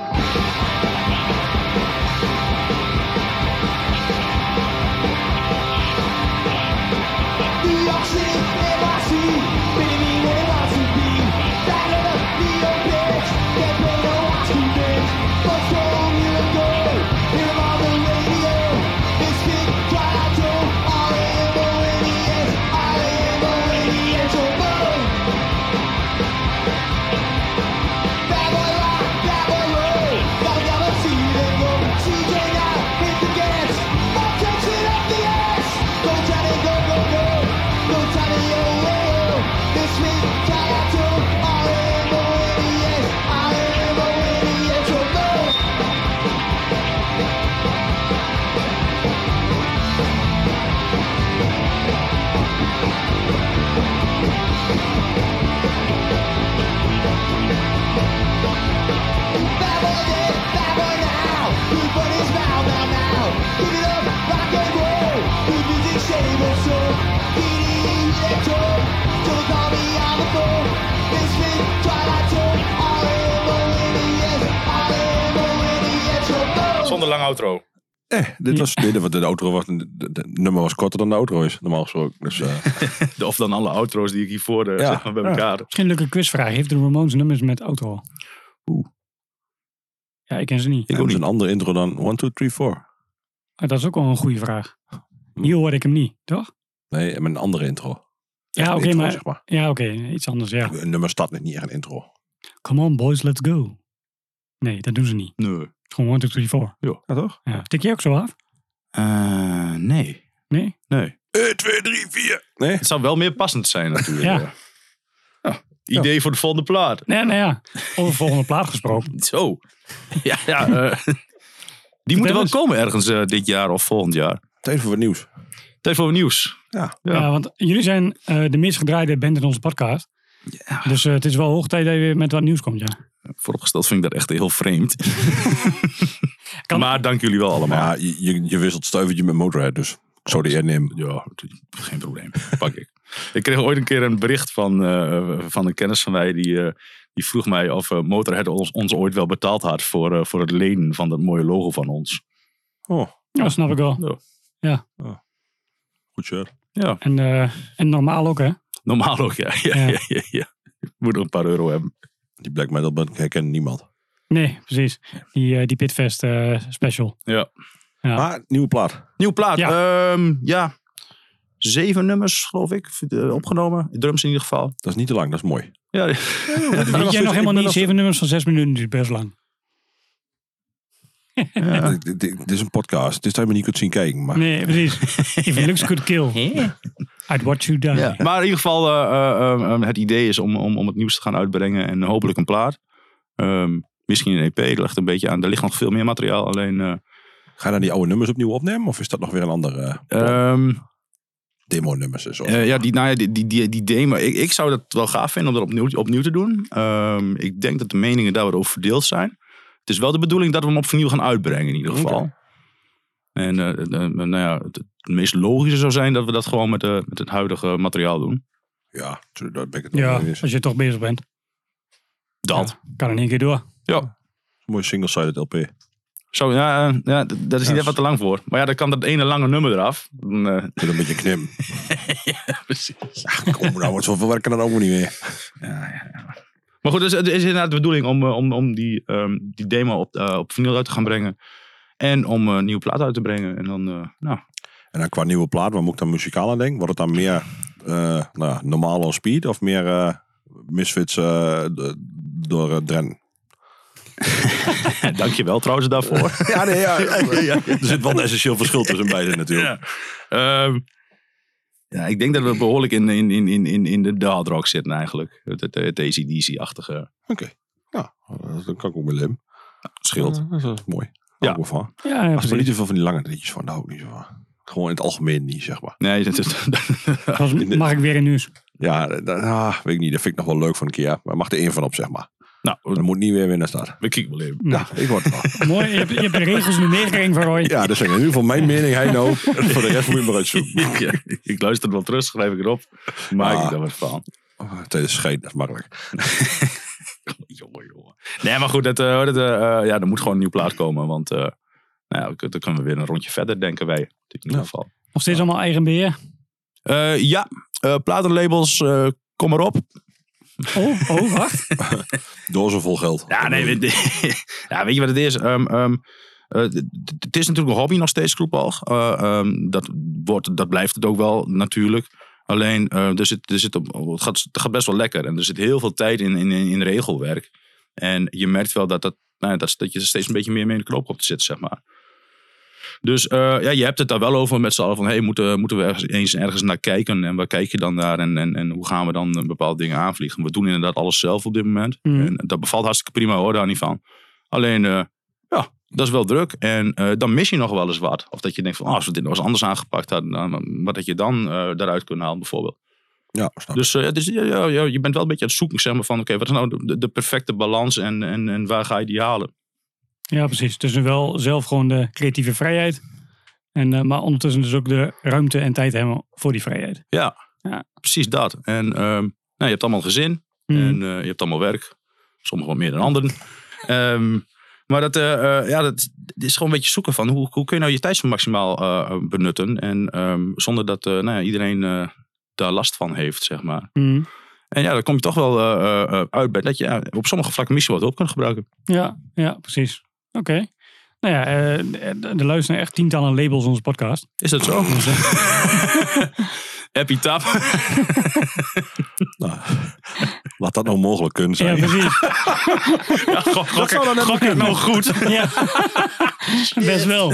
Zonder lange outro. Dit was wat de outro was. Het nummer was korter dan de outro is, normaal gesproken. Dus, Of dan alle outro's die ik hiervoor zeg maar, bij elkaar. Misschien een leuke quizvraag. Heeft de Ramones nummers met auto? Ja, ik ken ze niet. ik heb een andere intro dan 1, 2, 3, 4. Dat is ook wel een goede vraag. Hier hoorde ik hem niet, toch? Nee, met een andere intro. Ja, oké, Intro, maar... zeg maar. Ja, oké, iets anders, ja. Een nummer staat niet echt een intro. Come on, boys, let's go. Nee, dat doen ze niet. Nee. Gewoon 1, 2, 3, 4. Ja, toch? Ja. Tik je ook zo af? Nee. Nee? Nee. 1, 2, 3, 4. Nee? Het zou wel meer passend zijn natuurlijk. Ja. Idee voor de volgende plaat. Nee, nou ja. Over de volgende plaat gesproken. Zo. Die moeten wel eens. komen ergens dit jaar of volgend jaar. Tijd voor wat nieuws. Tijd voor nieuws. Ja. Ja, want jullie zijn de meest gedraaide band in onze podcast. Ja. Dus het is wel hoog tijd dat je weer met wat nieuws komt, ja. Vooropgesteld vind ik dat echt heel vreemd. Kan- Maar dank jullie wel allemaal. Maar ja, je wisselt stuivertje met Motorhead, dus ik zou die eer nemen. Ja, geen probleem. Pak ik. Ik kreeg ooit een keer een bericht van een kennis van mij. Die vroeg mij of Motorhead ons ooit wel betaald had voor het lenen van dat mooie logo van ons. Oh, Ja, dat snap ik wel. goed shirt. Ja, En normaal ook, hè? normaal ook, ja. Ja. Moet nog een paar euro hebben. Die Black Metal band herkent niemand. Nee, precies. Die Pitfest special. Ja. Ja. Maar, nieuwe plaat. Nieuwe plaat. Ja. 7 nummers, geloof ik, opgenomen. Drums in ieder geval. Dat is niet te lang, dat is mooi. Ja, Weet jij nog helemaal niet? 7 nummers van 6 minuten is best lang. Dit is een podcast. Dit zou je me niet kunt zien kijken. Maar Nee, precies. If it looks good, kill. I'd watch you die. Ja. Maar in ieder geval, het idee is om het nieuws te gaan uitbrengen. En hopelijk een plaat. Misschien een EP, er ligt een beetje aan. Er ligt nog veel meer materiaal. Alleen, Ga je dan die oude nummers opnieuw opnemen? Of is dat nog weer een andere demo-nummers? die demo. Ik zou dat wel gaaf vinden om dat opnieuw te doen. Ik denk dat de meningen daarover verdeeld zijn. Het is wel de bedoeling dat we hem op vinyl gaan uitbrengen in ieder geval. Okay. En het meest logische zou zijn dat we dat gewoon met het huidige materiaal doen. Ja, daar ben ik het nog mee eens. Als je toch bezig bent. Dat. Ja, kan er niet een keer door. Ja. Mooi single-sided LP. Zo, dat is niet even te lang voor. Maar ja, dan kan dat ene lange nummer eraf. Met een beetje knim. Ja, precies. Kom nou, wat zoveel werken dan ook niet meer. Ja. Maar goed, dus het is inderdaad de bedoeling om die demo op vinyl uit te gaan brengen. En om een nieuwe plaat uit te brengen. En dan, En dan qua nieuwe plaat, waar moet ik dan muzikaal aan denken? Wordt het dan meer normaal on speed of meer Misfits door Dren? Dankjewel trouwens daarvoor. Ja. Er zit wel een essentieel verschil tussen beiden natuurlijk. Ja, ik denk dat we behoorlijk in de hard rock zitten eigenlijk. Het AC/DC-achtige. Oké. Nou, dat kan ik ook met Lim. Scheelt. Dat is mooi. Ja. Van. Ja, Als er niet te veel van die lange liedjes van, daar hou ik niet zo van. Gewoon in het algemeen niet, zeg maar. Nee, Mag ik weer in nieuws? Ja, weet ik niet. Dat vind ik nog wel leuk van een keer. Maar mag er één van op, zeg maar. Nou, dat moet niet weer winnen staan. we kijken wel even. Ja, ik word er wel. Mooi, je hebt de regels nu meegekregen van Roy. Ja, dat is in ieder geval mijn mening. Hij nou. Voor de rest moet je maar uitzoeken. Ja, ik luister het wel terug, schrijf ik erop. Maak ik daar wat van. Tijdens scheiden, dat is makkelijk. Jongen. Nee, maar goed, er moet gewoon een nieuw plaat komen. Want dan kunnen we weer een rondje verder, denken wij. In ieder geval. Nog steeds allemaal eigen beheer? Platenlabels, kom erop. Oh, wacht. Door vol geld. Ja, nee, weet je wat het is? Het is natuurlijk een hobby nog steeds, Kroepalg. Dat blijft het ook wel natuurlijk. Alleen, het gaat best wel lekker. En er zit heel veel tijd in regelwerk. En je merkt wel dat je steeds een beetje meer mee in de knoop op te zitten, zeg maar. Dus je hebt het daar wel over met z'n allen van... Hey, moeten we eens ergens naar kijken? En waar kijk je dan naar? En hoe gaan we dan bepaalde dingen aanvliegen? We doen inderdaad alles zelf op dit moment. En dat bevalt hartstikke prima, hoor, daar niet van. Alleen, dat is wel druk. En dan mis je nog wel eens wat. Of dat je denkt van, als we dit nog eens anders aangepakt hadden... wat dat je dan daaruit kunt halen, bijvoorbeeld. Ja, snap. Dus je bent wel een beetje aan het zoeken, zeg maar, van... Oké, wat is nou de perfecte balans en waar ga je die halen? Ja, precies. Dus nu wel zelf gewoon de creatieve vrijheid. Maar ondertussen dus ook de ruimte en tijd hebben voor die vrijheid. Ja. Precies dat. En je hebt allemaal gezin. En je hebt allemaal werk. Sommigen wat meer dan anderen. Maar dat is gewoon een beetje zoeken van... Hoe kun je nou je tijd zo maximaal benutten? En zonder dat iedereen daar last van heeft, zeg maar. En dan kom je toch wel uit bij dat je op sommige vlakken misschien wat hulp kunt gebruiken. Ja, precies. Oké. Nou ja, er luisteren echt tientallen labels onze podcast. Is dat zo? Happy tap. Nou, laat dat nou mogelijk kunnen zijn. Ja, precies. Gok ik nou goed? Ja, best wel.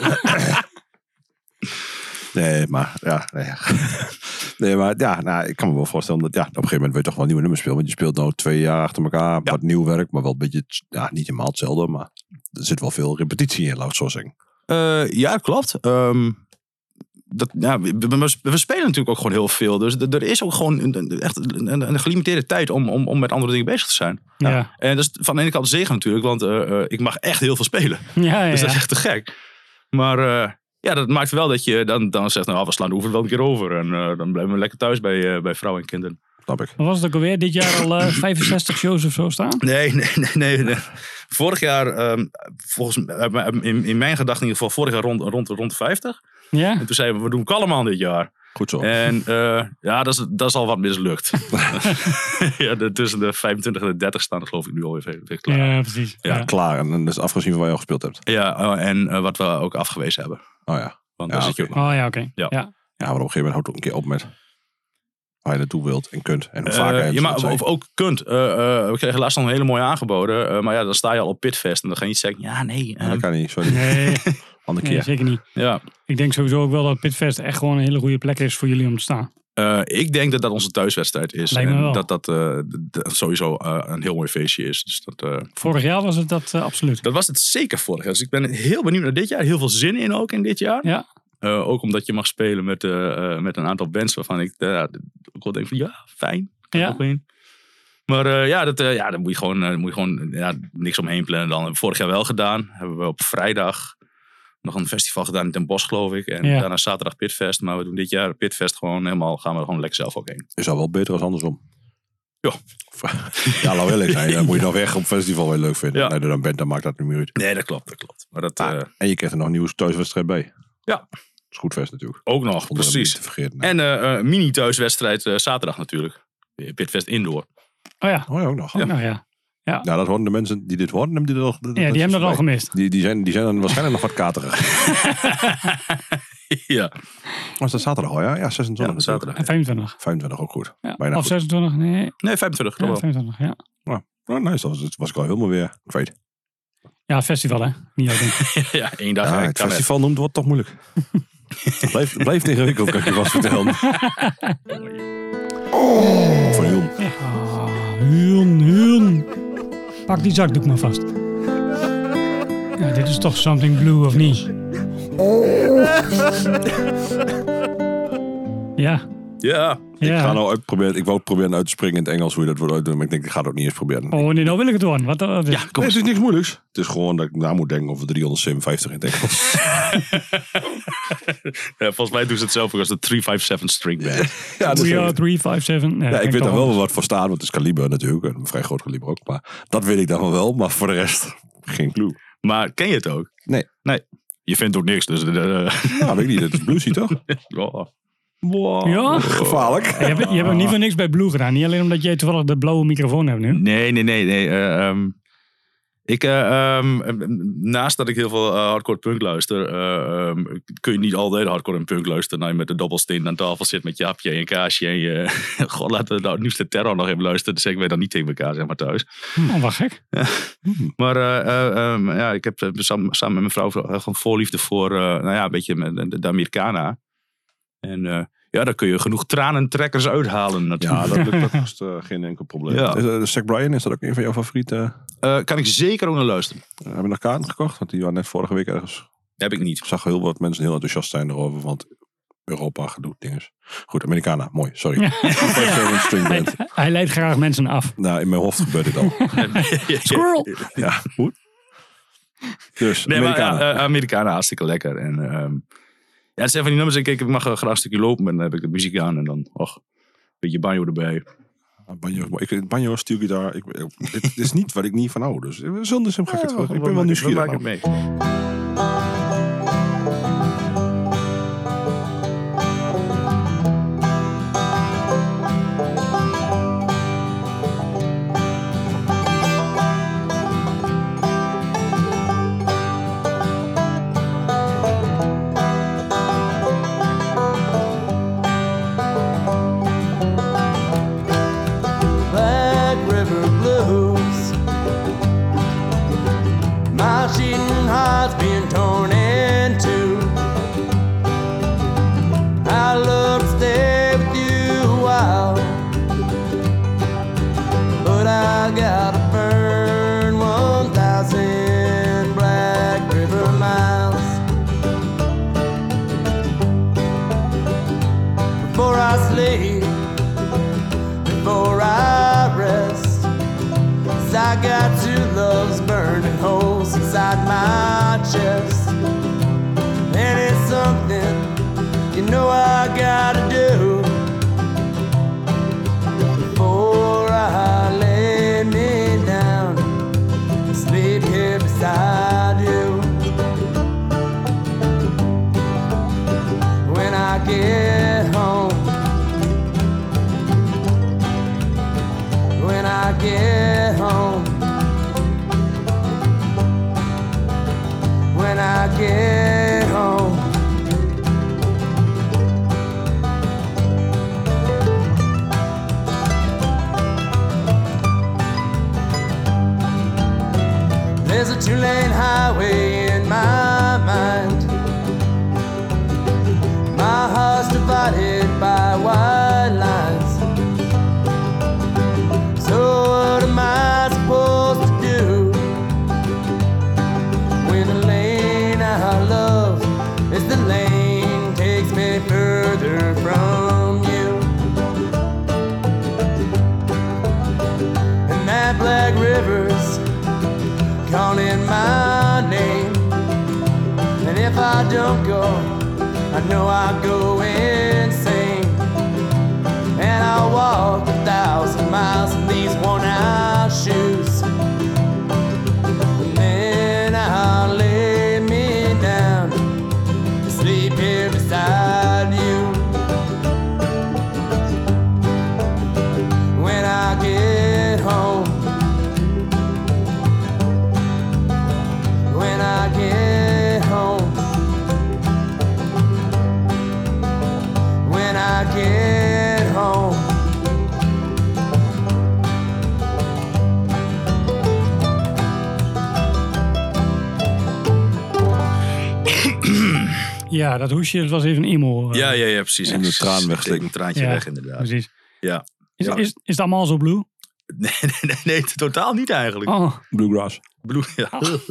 Nee, maar ik kan me wel voorstellen dat op een gegeven moment wil je toch wel nieuwe nummers spelen. Want je speelt nou 2 jaar achter elkaar wat nieuw werk, maar wel een beetje, niet helemaal hetzelfde, maar er zit wel veel repetitie in, laat ik zo zeggen. Ja, klopt. We spelen natuurlijk ook gewoon heel veel. Dus er is ook gewoon echt een gelimiteerde tijd om met andere dingen bezig te zijn. Ja. En dat is van de ene kant zegen natuurlijk, want ik mag echt heel veel spelen. Ja. Dus dat is echt te gek. Maar dat maakt wel dat je dan zegt, we slaan de oever wel een keer over. En dan blijven we lekker thuis bij vrouwen en kinderen. Snap ik. Wat was het ook alweer? Dit jaar al 65 shows of zo staan? Nee. Vorig jaar, in mijn gedachten in ieder geval, vorig jaar rond de 50. Ja? En toen zeiden we doen het allemaal dit jaar. Goed zo. En dat is al wat mislukt. Tussen de 25 en de 30 staan er geloof ik nu al even klaar. Ja, precies. Ja. Klaar. En dat is afgezien van waar je al gespeeld hebt. Ja, en wat we ook afgewezen hebben. Oh ja. Want daar zit je ook nog. Oh ja, oké. Ja. Ja, maar op een gegeven moment houdt het ook een keer op met waar je naartoe wilt en kunt. En hoe vaker of ook kunt. We kregen laatst nog een hele mooie aangeboden. Maar dan sta je al op Pitfest. En dan ga je niet zeggen, dat kan niet, sorry. Nee. Andere keer. Nee, zeker niet. Ja. Ik denk sowieso ook wel dat Pitfest echt gewoon een hele goede plek is voor jullie om te staan. Ik denk dat dat onze thuiswedstrijd is. Lijkt me En wel. dat sowieso een heel mooi feestje is. Dus Vorig jaar was het dat absoluut. dat was het zeker vorig jaar. Dus ik ben heel benieuwd naar dit jaar. Heel veel zin in ook in dit jaar. Ja. Ook omdat je mag spelen met een aantal bands waarvan ik ook wel denk van ja, fijn. Kan Ja. ook in. Maar daar moet je gewoon niks omheen plannen dan. Vorig jaar wel gedaan. Hebben we op vrijdag nog een festival gedaan in Den Bosch, geloof ik. En Ja. daarna zaterdag Pitfest. Maar we doen dit jaar Pitfest gaan we gewoon lekker zelf ook heen. Is al wel beter als andersom. Ja. Ja, laat wel eerlijk zijn. Dan moet je nog weg op festival weer leuk vinden. Ja. Nee, dan bent, dan maakt dat niet meer uit. Nee, dat klopt. Maar dat En je krijgt er nog een nieuwe thuiswedstrijd bij. Ja. Schoetvest natuurlijk. ook nog, Zonder hem precies. niet te vergeten. En mini thuiswedstrijd zaterdag natuurlijk. Pitfest Indoor. Oh ja. Oh ja, ook nog. Oh, nou ja. Nou, dat horen de mensen die dit horen. Hebben die dat Ja, die hebben dat al gemist. Die zijn dan waarschijnlijk nog wat katerig. Ja. Was dat zaterdag al, ja? Ja, 26. Ja, zaterdag. En 25. 25 ook goed. Ja. Bijna Of goed. 26, nee. Nee, 25. Ja, Klopt wel. 25, ja. Nou, nice. Dat was ik al helemaal weer kwijt. Ja, festival hè. Niet uit. Ja, 1 dag. Ja, hè. het Kan festival noemt wordt toch moeilijk. blijft ingewikkeld, kan ik je vast vertellen. Van Jon. Huun. Pak die zakdoek maar vast. Ja, dit is toch something blue of niet? Ja. Ja. Ik Ja. ga nou uitproberen. Ik wou proberen uit te springen in het Engels hoe je dat wordt uitdoen. Maar ik denk, ik ga het ook niet eens proberen. Oh nee, nou wil ik het horen. Wat, Ja, kom Nee, eens. het is niks moeilijks. Het is gewoon dat ik na moet denken over 357 in het Engels. Ja, volgens mij doen ze het zelf ook als de 357 String Band. Ja, dat is We are 357. Nee, ja, ik weet toch daar wel wat voor staan, want het is kaliber natuurlijk. Een vrij groot kaliber ook. Maar dat weet ik dan wel. Maar voor de rest, geen clue. Maar ken je het ook? Nee. Je vindt ook niks, dus... Nou, weet ik niet. Het is bluesy, toch? Oh. Ja? Gevaarlijk. Je hebt niet voor niks bij Blue gedaan. Niet alleen omdat jij toevallig de blauwe microfoon hebt nu. Nee. Naast dat ik heel veel hardcore punk luister, kun je niet altijd hardcore en punk luisteren. Nou, je met de dobbelsteen aan tafel zit met je hapje en je kaasje. En je, god, laten we het nieuwste terror nog even luisteren. Dan zeggen wij dan niet tegen elkaar, zeg maar, thuis. Oh, wat gek. Maar ik heb samen met mijn vrouw gewoon voorliefde voor een beetje met de Americana. En daar kun je genoeg tranentrekkers uithalen natuurlijk. Ja, dat is geen enkel probleem. Ja. Zack Bryan, is dat ook een van jouw favorieten? Kan ik zeker ook naar luisteren. Hebben we nog kaarten gekocht? Want die waren net vorige week ergens. Heb ik niet. Ik zag heel wat mensen heel enthousiast zijn erover. Want Europa gedoe dinges. Goed, Americana. Mooi, sorry. String band. Hij leidt graag mensen af. Nou, in mijn hoofd gebeurt dit al. Squirrel! Ja, goed. Dus, Nee, Americana. maar Amerikanen hartstikke lekker. En het zijn van die nummers. Ik mag graag een stukje lopen. En dan heb ik de muziek aan. En dan, een beetje banjo erbij. Banjo, stuurgitaar. Dit is niet wat ik niet van hou. Dus we zullen dus hem gek het gewoon. Ik ben wel nieuwsgierig. We maken het mee. Black River Blues. My cheating heart's been torn in two. I love to stay with you a while, but I gotta burn 1,000 Black River miles before I sleep, before I rest. 'Cause I got two loves burning holes inside my chest. And it's something you know I gotta do before I lay me down and sleep here beside you. When I get home, when I get home, when I get home. There's a two-lane highway in my mind. My heart's divided by wide jungle, I know I go insane. And I'll walk 1,000 miles in these worn-out shoes. And then I'll lay me down to sleep here beside you. When I get home, when I get home, when I get home. Ja, dat hoesje, dat was even een emo. Ja, precies. En de traan wegslikken. Een traantje Ja, weg, inderdaad. Precies. Ja. Is het allemaal zo blue? Nee, totaal niet eigenlijk. Oh, Bluegrass. Ja.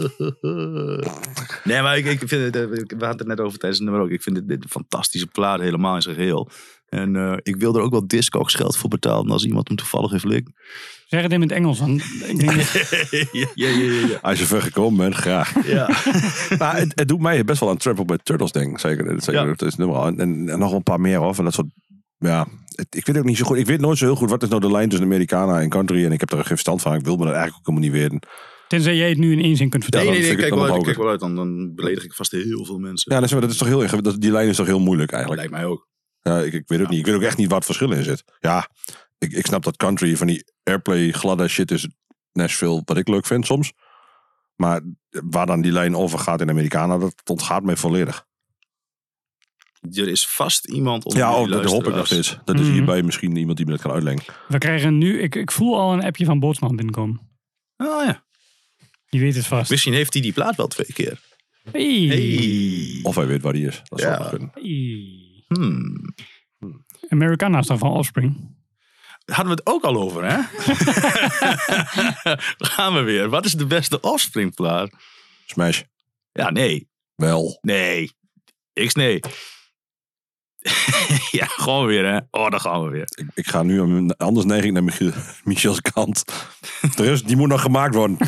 Nee, maar ik vind het, we hadden het net over tijdens het nummer ook. Ik vind dit een fantastische plaat helemaal in zijn geheel. En ik wil er ook wel Discogs geld voor betalen als iemand hem toevallig heeft likt. zeg het in het Engels. Want ik denk dat... Ja. Als je ver gekomen bent, graag. Ja. Maar het doet mij best wel aan Trample by Turtles denken. Zeker Ja. dat is het nummer. En nog wel een paar meer hoor. Van dat soort, ja, ik weet ook niet zo goed. Ik weet nooit zo heel goed wat is nou de lijn tussen Americana en country. En ik heb er geen verstand van. Ik wil me dat eigenlijk ook helemaal niet weten. Tenzij jij het nu in één zin kunt vertellen. dan Nee, vind ik kijk het wel nog uit. hoger. Dan beledig ik vast heel veel mensen. Ja, dat is toch heel ingewikkeld. Die lijn is toch heel moeilijk Dat eigenlijk. lijkt mij ook. Ja, ik weet ook niet. Ik weet ook echt niet waar het verschil in zit. Ja, ik snap dat country van die airplay gladde shit is Nashville wat ik leuk vind soms. Maar waar dan die lijn over gaat in Americana, dat ontgaat mij volledig. Er is vast iemand onder Ja, die dat hoop ik nog luisteraars. steeds. Dat is hierbij misschien iemand die me dat kan uitleggen. We krijgen nu... Ik voel al een appje van Bootsman binnenkomen. Oh ja. Die weet het vast. Misschien heeft hij die plaat wel 2 keer. Hey. Hey. Of hij weet waar die is. Dat zou Ja. nog kunnen. Hey. Hmm. Americana is dan van Offspring. Hadden we het ook al over, hè? Gaan we weer. Wat is de beste Offspring plaat? Smash. Ja, nee. Wel. Nee. Nee. Ja, gewoon weer, hè? Oh, daar gaan we weer. Ik ga nu anders neig ik naar Michels kant. De rest, die moet nog gemaakt worden.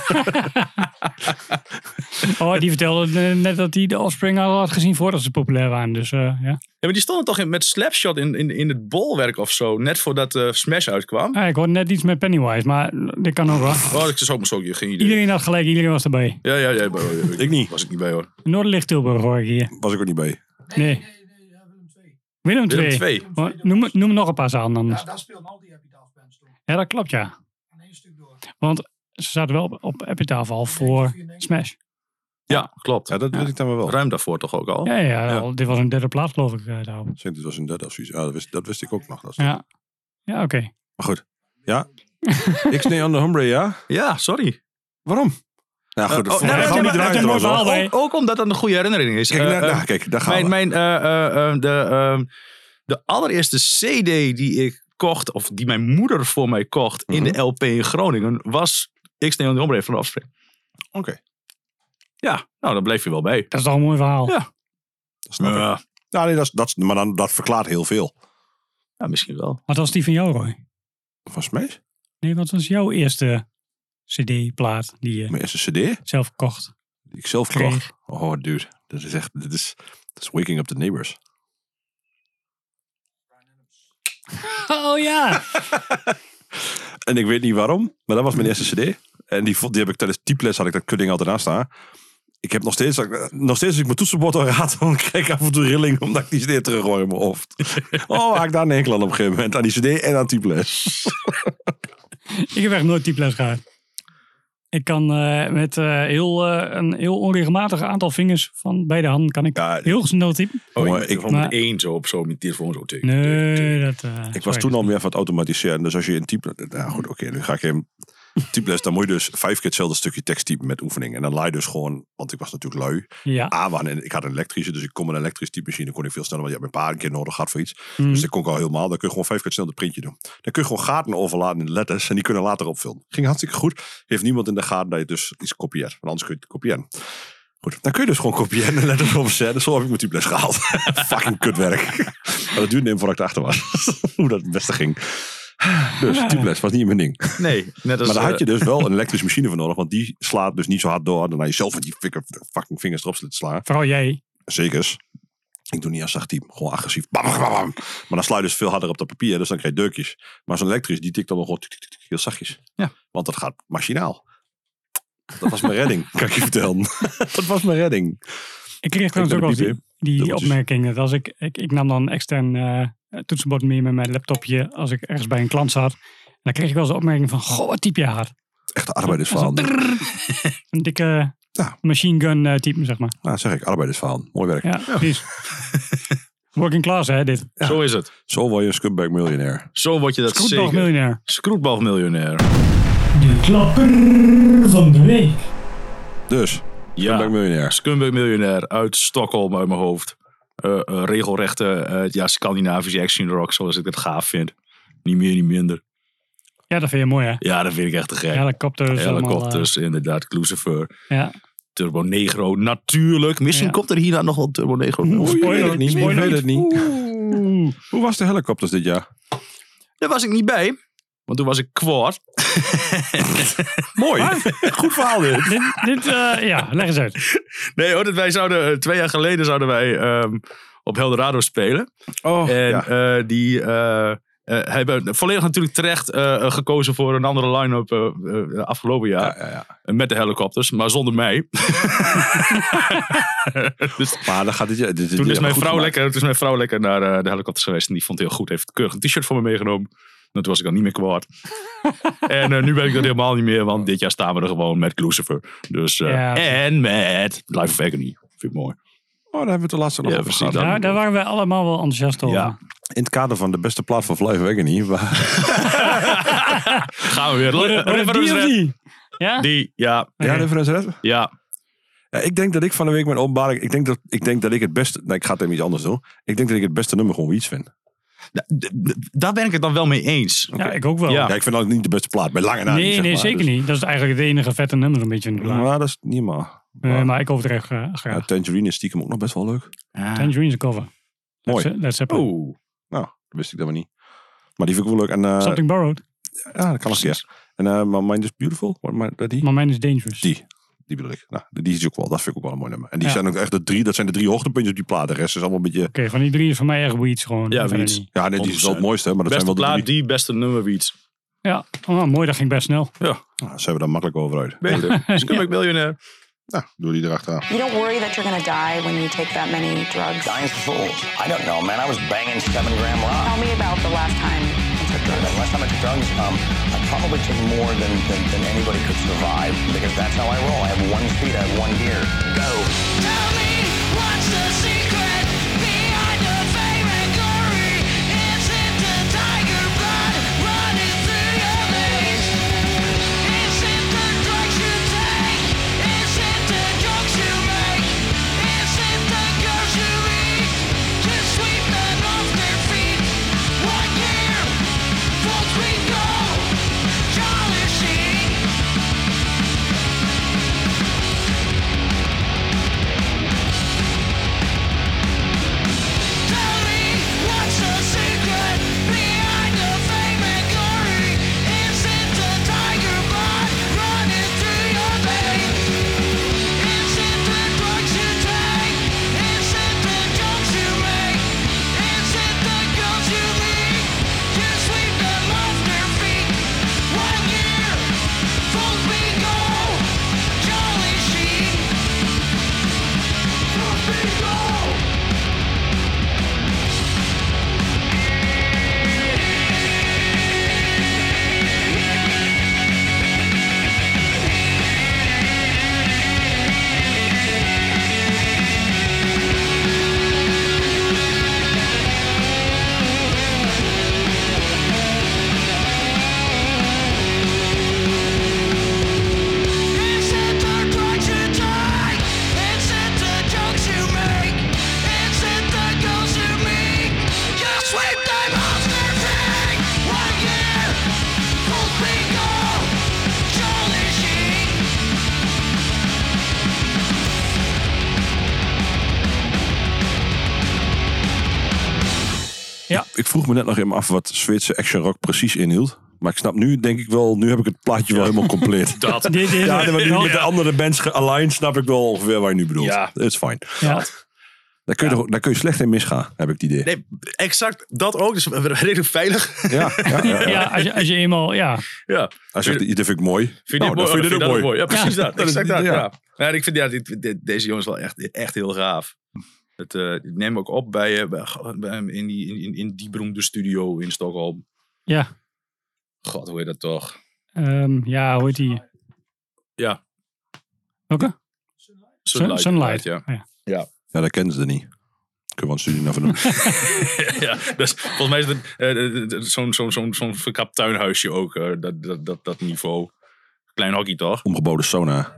Oh, die vertelde net dat hij de Offspring al had gezien voordat ze populair waren. Dus ja. Ja, maar die stonden toch met Slapshot in het bolwerk of zo. Net voordat Smash uitkwam. Ah, ik hoorde net iets met Pennywise, maar dit kan ook wel. Oh, ik zou ook geen idee. Iedereen had gelijk, iedereen was erbij. Ja. Ik niet. Was ik niet bij, hoor. Noorderlicht-Tilburg hoor ik hier. Was ik ook niet bij. Nee. Willem 2. Willem 2. Noem nog een paar zalen anders. Ja, daar speelden al die Epitaph bands toen. Ja, dat klopt, ja. Aan één stuk door. Want ze zaten wel op Epitaph al voor Smash. Ja, klopt. Ja, dat weet ik dan wel. Ruim daarvoor toch ook al? Ja. Dit was een derde plaats, geloof ik. Daarop. Dit was een derde of zoiets. Ja, dat wist ik ook nog. Dat is Ja, oké. Maar goed. Ja. X-Nay on the Humbre, ja? Ja, sorry. Waarom? Ja, goed. Oh, gaan nee, we nee, niet nee, draaien een mooi trouwens, hoor. verhaal bij. Ook omdat dat een goede herinnering is. Kijk, daar gaan we. De allereerste CD die ik kocht, of die mijn moeder voor mij kocht in de LP in Groningen, was X-Nay on the Hombre van Offspring. Oké. Ja, nou, daar bleef je wel bij. Dat is toch een mooi verhaal. Ja. Dat snap ik. Nou, nee, maar dan, dat verklaart heel veel. Ja, misschien wel. Wat was die van jou, Roy? Van Smash? Nee, wat was jouw eerste CD-plaat die je Mijn eerste cd? zelf kocht? Die ik zelf Kreeg. kocht. Oh, dude. Dat is echt... Dat is Waking Up the Neighbors. Oh ja! En ik weet niet waarom, maar dat was mijn eerste cd. En die heb ik tijdens typles had ik dat kutding altijd naast staan. Ik heb nog steeds als ik mijn toetsenbord al raad, dan krijg ik af en toe rilling omdat ik die cd terug hoor in mijn hoofd. Oh, had ik daar een enkel aan op een gegeven moment. Aan die cd en aan typles. Ik heb echt nooit typles gehad. Ik kan met een heel onregelmatig aantal vingers van beide handen kan ik Ja, heel snel typen. Oh, Jongen, ik ik- gewoon met één zo op zo'n telefoon zo tegen. Nee, dat... Ik was toen al meer van het automatiseren. Dus als je in type... Nou goed, oké, nu ga ik in typles. Dan moet je dus 5 keer hetzelfde stukje tekst typen met oefening. En dan laai je dus gewoon... Want ik was natuurlijk lui. Ja. Ik had een elektrische, dus ik kon met een elektrische typemachine kon ik veel sneller. Want je hebt een paar keer nodig gehad voor iets. Dus dat kon ik al helemaal. Dan kun je gewoon 5 keer snel het printje doen. Dan kun je gewoon gaten overladen in de letters. En die kunnen later opvullen. Ging hartstikke goed. Heeft niemand in de gaten dat je dus iets kopieert. Want anders kun je het kopiëren. Goed, dan kun je dus gewoon kopiëren en letters opzetten. Zo heb ik mijn typles gehaald. Fucking kutwerk. Maar dat duurde even voordat ik erachter was. Hoe dat het beste ging. Dus typles was niet mijn ding. Nee, net als... Maar daar had je dus wel een elektrische machine voor nodig. Want die slaat dus niet zo hard door. Dan had je zelf met die fucking vingers erop te slaan. Vooral jij. Zekers. Ik doe niet aan zacht type, gewoon agressief. Bam, bam, bam. Maar dan sla je dus veel harder op dat papier, dus dan krijg je deukjes. Maar zo'n elektrisch, die tikt dan wel gewoon heel zachtjes. Ja. Want dat gaat machinaal. Dat was mijn redding, kan ik je vertellen. Dat was mijn redding. Ik kreeg trouwens ook wel eens die Dubbeltjes. opmerking. Dat als ik nam dan extern toetsenbord mee met mijn laptopje als ik ergens bij een klant zat. En dan kreeg ik wel eens de opmerking van, goh, wat type je hard. Echte arbeidersverhaal. Een dikke Ja. machine gun type, zeg maar. Nou, zeg ik, arbeidersverhaal. Mooi werk. Ja, precies. Working class, hè, dit. Ja. Zo is het. Zo word je een scumbag miljonair. Zo word je dat Scroetbal zeker. miljonair. Scroetbalmiljonair. De klapper van de week. Dus, scumbag Ja. miljonair. Scumbag miljonair uit Stockholm uit mijn hoofd. Regelrechte Scandinavische action rock zoals ik het gaaf vind. Niet meer, niet minder. Ja, dat vind je mooi, hè? Ja, dat vind ik echt te gek. Helikopters. Helikopters, inderdaad. Lucifer. Ja. Turbo Negro, natuurlijk. Misschien Ja. komt er hierna nog wel Turbo Negro. Je weet het niet. Je spoiler. weet het niet. Hoe was de helikopters dit jaar? Daar was ik niet bij. Want toen was ik kwaad. Mooi. Goed verhaal dit. Ja, leg eens uit. Nee hoor, wij zouden 2 jaar geleden zouden wij op Eldorado spelen. Oh, En ja. die hebben volledig natuurlijk terecht gekozen voor een andere line-up afgelopen jaar. Ja. Met de helikopters, maar zonder mij. Dus Maar dan gaat dit toen is mijn vrouw lekker naar de helikopters geweest. En die vond het heel goed. Heeft keurig een t-shirt voor me meegenomen. En toen was ik dan niet meer kwaad. En nu ben ik dat helemaal niet meer. Want dit jaar staan we er gewoon met Lucifer. Dus, Ja. en met Life of Agony. Vind ik mooi. Oh, daar hebben we het de laatste nog Ja, over precies. gehad. Daar waren wij allemaal wel enthousiast over. Ja. In het kader van de beste plaat van Life of Agony. Gaan we weer. Die Reference of Red. die? Ja? Die, ja. Ja, Reference Red? Ja. Ja, ik denk dat ik van de week mijn openbaring... Ik denk dat ik het beste... Nee, ik ga het even iets anders doen. Ik denk dat ik het beste nummer gewoon Weeds vind. Daar ben ik het dan wel mee eens. Ja, ik ook wel. Ja. Ja, ik vind dat niet de beste plaat. Bij lange na niet, zeg Nee, maar. zeker Dus- niet. Dat is eigenlijk het enige vette nummer een beetje in de plaat. Maar dat is niet maar. Maar ik overdreef graag. Ja, Tangerine is stiekem ook nog best wel leuk. Tangerine is cover. Mooi. Let's Zeppelin. Oeh. Nou, dat wist ik dan maar niet. Maar die vind ik ook wel leuk. En, Something Borrowed. ja, dat kan nog een keer. En My Mind is Beautiful. Maar die? Maar mijn is Dangerous. Die bedoel ik. Nou, die is ook wel. Dat vind ik ook wel een mooi nummer. En die Ja. zijn ook echt dat zijn de 3 hoogtepuntjes op die plaat. De rest is allemaal een beetje... Oké, van die 3 is voor mij echt Weeds gewoon. Ja, Verder Weeds. niet. Ja, nee, die is wel het mooiste. Maar dat Beste zijn wel de plaat, 3. die beste nummer Weeds. Ja, mooi, dat ging best snel. Nou, zijn we daar makkelijk over uit. Beter. Scumbag miljonair. Nou, doe die erachteraan. You don't worry that you're going to die when you take that many drugs. Dying's for fools. I don't know, man. I was banging 7-gram rock. Tell me about the last time you took drugs. The last time I took drugs, I probably took more than anybody could survive because that's how I roll. I have 1 speed, I have 1 gear. Go. Tell me what's the secret behind the fame and glory? Is it the tiger blood running through your veins? Is it the drugs you take? Is it the jokes you make? Is it the girls you meet? Just sweep them off their feet. 1 year, full speed go, Charlie Sheen. Tell me what's the secret behind the fame and glory? Is it the tiger blood running through your veins? Is it the drugs you take? Is it the jokes you make? Is it the girls you meet? You sweep them off their feet. 1 year, full speed go, Charlie Sheen. Full speed go. Is it the drugs you take? Is it the jokes you make? Is it the girls you meet? You sweep them off their feet. 1 year, full speed go, Charlie Sheen. Ik vroeg me net nog even af wat Zweedse action rock precies inhield. Maar ik snap nu, denk ik wel, nu heb ik het plaatje wel helemaal compleet. Dat. Ja, maar nu met de andere bands gealigned, snap ik wel ongeveer waar je nu bedoelt. Ja. Dat is fijn. Ja. Daar kun je slecht in misgaan, heb ik het idee. Nee, exact. Dat ook. Dus redelijk veilig. Ja, als je eenmaal... Ja. Ja. Hij zegt, dit vind ik mooi. Vind je dit ook mooi? Ja, precies Ja. dat. Exact dat, Ja. ja. Ja, ik vind deze jongens wel echt heel gaaf. Ik neem ook op in die beroemde studio in Stockholm. Ja. God, hoe heet dat toch? Ja, hoe heet die? Ja. Welke? Sunlight. Ja. Ja, dat kennen ze niet. Kunnen we een studie naar doen. Ja, dus volgens mij is het zo'n verkapt tuinhuisje ook. Dat niveau. Klein hockey toch? Omgeboden sauna.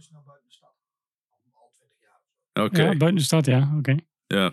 Oké. Ja, buiten de stad, ja. Oké. Ja.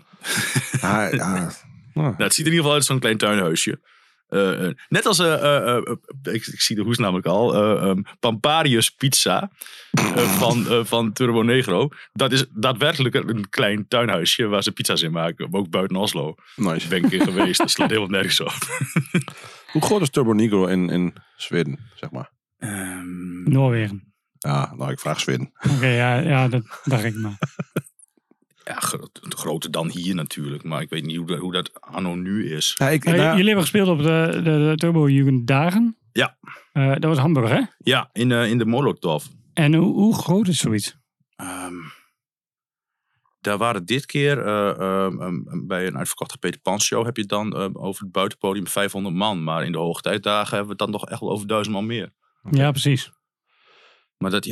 Nou, het ziet er in ieder geval uit als zo'n klein tuinhuisje. Net als, ik zie de hoes namelijk al, Pamparius Pizza van Turbo Negro. Dat is daadwerkelijk een klein tuinhuisje waar ze pizza's in maken. Ook buiten Oslo. Nice. Ben ik een keer geweest. Dat slaat helemaal nergens op. Hoe groot is Turbo Negro in Zweden, zeg maar? Noorwegen. Ja, nou, ik vraag Zweden. Oké, ja, dat dacht ik maar. Ja, groter dan hier natuurlijk. Maar ik weet niet hoe dat anno nu is. Ja, Jullie hebben gespeeld op de Turbo Jugenddagen. Ja. Dat was Hamburg, hè? Ja, in de Molotov. En hoe groot is zoiets? Daar waren dit keer bij een uitverkochte Peter Pan show heb je dan over het buitenpodium 500 man. Maar in de hoogtijdagen hebben we het dan nog echt wel over 1000 man meer. Ja, precies. Maar dat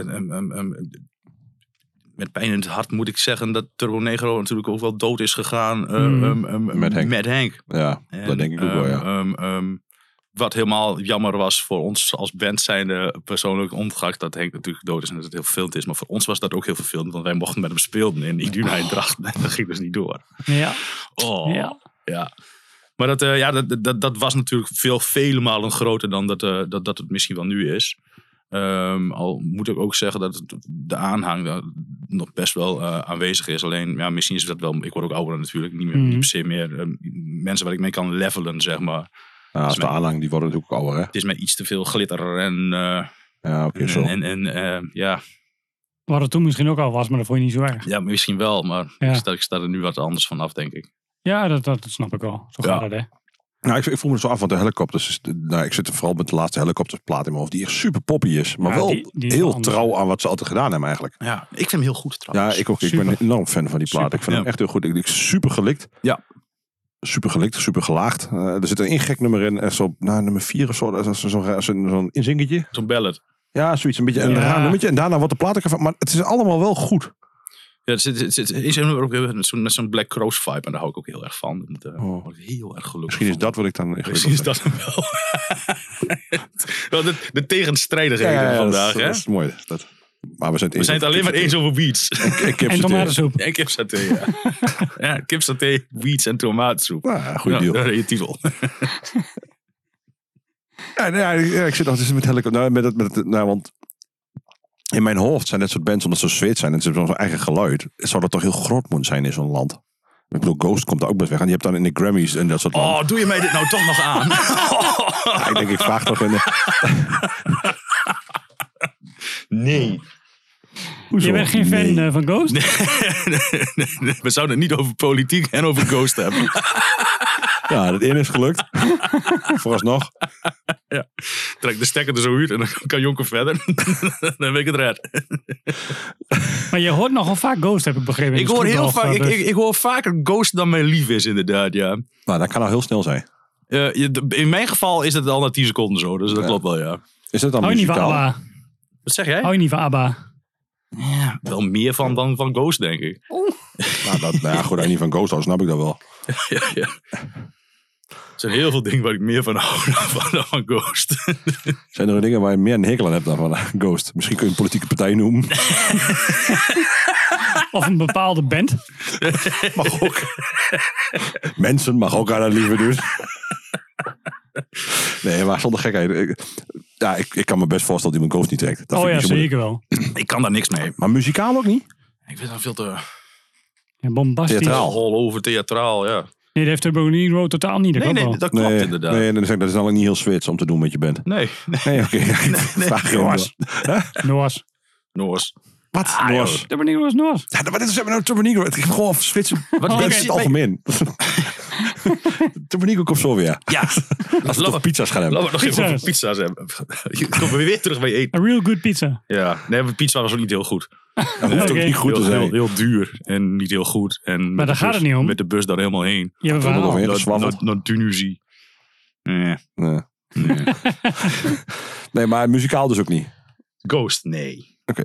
met pijn in het hart moet ik zeggen dat Turbo Negro natuurlijk ook wel dood is gegaan met Henk. Ja, dat denk ik ook wel, ja. Wat helemaal jammer was voor ons als band zijnde persoonlijk, ongeacht dat Henk natuurlijk dood is en dat het heel vervelend is. Maar voor ons was dat ook heel vervelend, want wij mochten met hem spelen in Iduna in Dracht. Dat ging dus niet door. Ja. Oh, ja. Maar dat was natuurlijk vele malen groter dan dat het misschien wel nu is. Al moet ik ook zeggen dat de aanhang nog best wel aanwezig is. Alleen, ja, misschien is dat wel... Ik word ook ouder natuurlijk. Niet per se meer mensen waar ik mee kan levelen, zeg maar. Ja, als de aanhang, die worden natuurlijk ook ouder, hè? Het is mij iets te veel glitter en... ja, oké, zo. Ja. Wat het toen misschien ook al was, maar dat vond je niet zo erg. Ja, misschien wel, maar ik sta er nu wat anders vanaf, denk ik. Ja, dat snap ik wel. Zo gaat het, hè? Nou, ik voel me zo af, want de helikopters... ik zit vooral met de laatste helikoptersplaat in mijn hoofd, die echt super poppy is. Maar wel die heel trouw aan wat ze altijd gedaan hebben eigenlijk. Ja, ik vind hem heel goed trouwens. Ja, ik ook. Ik ben een enorm fan van die plaat. Ik vind hem echt heel goed. Ik super gelikt. Ja. Super gelikt, super gelaagd. Er zit een gek nummer in. Echt zo, nummer 4 of zo. Zo'n inzingetje. Zo'n ballad. Ja, zoiets. Een beetje een raar nummertje. En daarna wordt de plaat ervan. Maar het is allemaal wel goed. Ja, het is met zo'n Black Crowes vibe. En daar hou ik ook heel erg van. Dat word ik heel erg gelukkig. Misschien is dat wat ik dan... Misschien is dat hem wel. De tegenstrijdigheden vandaag. Dat is mooi. Maar we zijn het alleen maar eens over weeds. En tomatensoep. En kipsaté, ja. Ja, kipsaté, weeds en tomatensoep. Ja, goede deal. Dat is je titel. Ik zit altijd met helikopter. Want in mijn hoofd zijn dit soort bands, omdat ze zo Zweeds zijn en ze hebben zo'n eigen geluid, zou dat toch heel groot moeten zijn in zo'n land. Ik bedoel, Ghost komt daar ook best weg. En je hebt dan in de Grammys en dat soort land. Oh, doe je mij dit nou toch nog aan? Ja, ik denk, ik vraag toch in de... Nee. Je bent geen fan van Ghost? Nee. We zouden het niet over politiek en over Ghost hebben. Ja, dat ene is gelukt. Vooralsnog. Ja. Trek de stekker er zo uit en dan kan Jonker verder. Dan ben ik het red. Maar je hoort nogal vaak Ghost, heb ik begrepen. Ik hoor heel vaak, ik hoor vaker Ghost dan mijn lief is, inderdaad, ja. Nou, dat kan al heel snel zijn. In mijn geval is het al na 10 seconden zo, dus dat klopt wel, ja. Is dat dan Hou je niet van muzikaal? ABBA? Wat zeg jij? Hou je niet van ABBA? Ja, wel meer van dan van Ghost, denk ik. Nou ja, goed, als je niet van Ghost houdt, snap ik dat wel. Ja. Er zijn heel veel dingen waar ik meer van hou dan van Ghost. Zijn er dingen waar je meer een hekel aan hebt dan van Ghost? Misschien kun je een politieke partij noemen. Of een bepaalde band? Mag ook. Mensen mag ook aan het liever doen. Nee, maar zonder gekheid. Ik kan me best voorstellen dat iemand Ghost niet trekt. Dat Oh ja, vind ik niet zo zeker wel. Ik kan daar niks mee. Maar muzikaal ook niet? Ik vind dat veel te... Ja, bombastisch. Theatraal. All over theatraal, ja. Nee, dat heeft de Bonin Road totaal niet. Dat klopt wel. Dat klopt inderdaad. Nee, dat is eigenlijk niet heel Zweeds om te doen met je band. Nee. Nee, oké. Vraag je Noors. Wat? Noors. Turbo Negro is Noors. Ja, maar dit is nou Turbo Negro. Ik heb gewoon switchen. Wat oké. is het algemeen? Turbo Negro komt zo weer. Ja. Als we toch pizza's gaan hebben. Laten we nog even over pizza's hebben. Je komt weer terug bij eten. A real good pizza. Ja, nee, maar pizza was ook niet heel goed. Dat hoeft ook niet goed te zijn. Heel duur en niet heel goed. En Maar daar gaat het niet om. Met de bus daar helemaal heen. Je hebt een verhaal. Overheen geswaffeld. Naar Tunisie. Nee. Nee. Nee, maar muzikaal dus ook niet. Ghost, nee. Oké.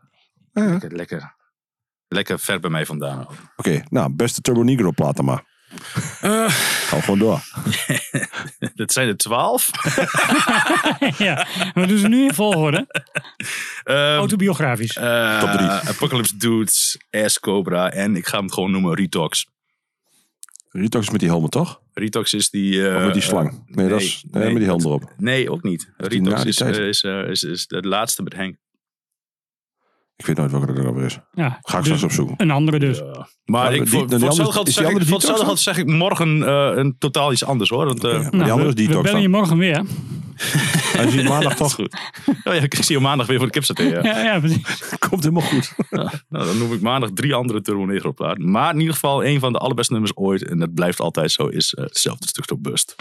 Lekker ver bij mij vandaan. Oké, nou, beste Turbo Negro plaat dan maar. Gaan we gewoon door. Dat zijn er 12. Ja, we doen ze nu in volgorde. Autobiografisch. Top 3. Apocalypse Dudes, Ass Cobra en ik ga hem gewoon noemen Retox. Retox is met die helmen, toch? Retox is die... Of met die slang? Nee, dat is met die helm erop. Nee, ook niet. die Retox na die tijd? is de laatste met Henk. Ik weet nooit welke er over is. Ja, Ga ik dus straks opzoeken. een andere dus. Ja. Maar die- voor die andere- hetzelfde geld is die zeg ik, andere voor hetzelfde Detox geld zeg ik morgen een totaal iets anders hoor. Want, Maar die andere is we Detox bellen je dan. morgen weer. Hij ziet maandag dat is toch. goed. Oh ja, ik zie je maandag weer voor de kipsaté. Ja. Ja, precies. Komt helemaal goed. Nou, dan noem ik maandag 3 andere Turbo Negro platen. Maar in ieder geval een van de allerbeste nummers ooit. En dat blijft altijd zo. Is hetzelfde stuk op Bust.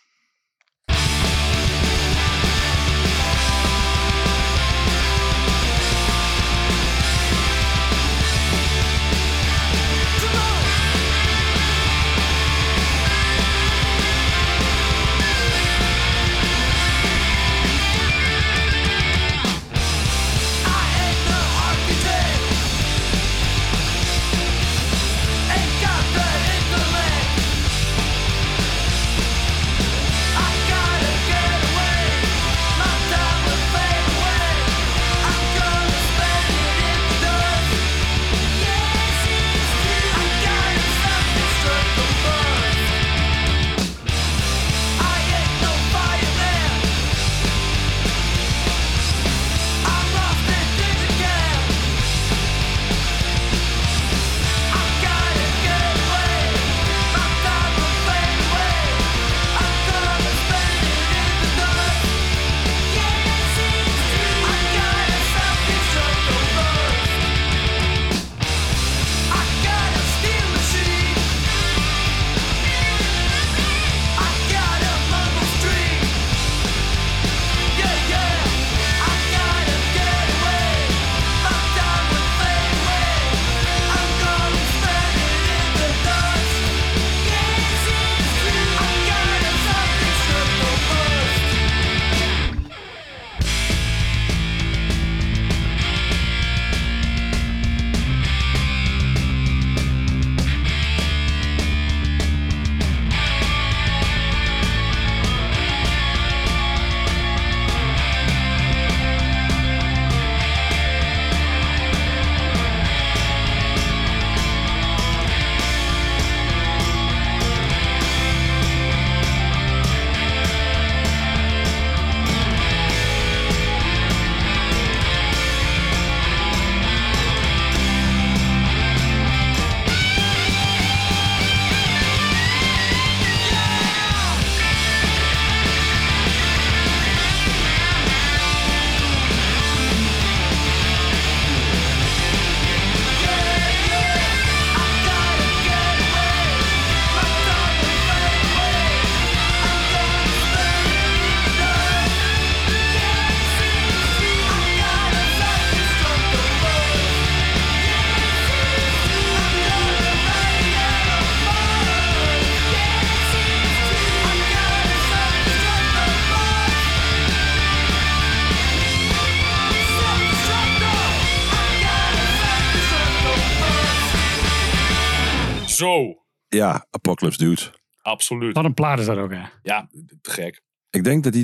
Zo. Ja, Apocalypse Dudes. Absoluut. Wat een plaat is dat ook, hè? Ja, te gek. Ik denk dat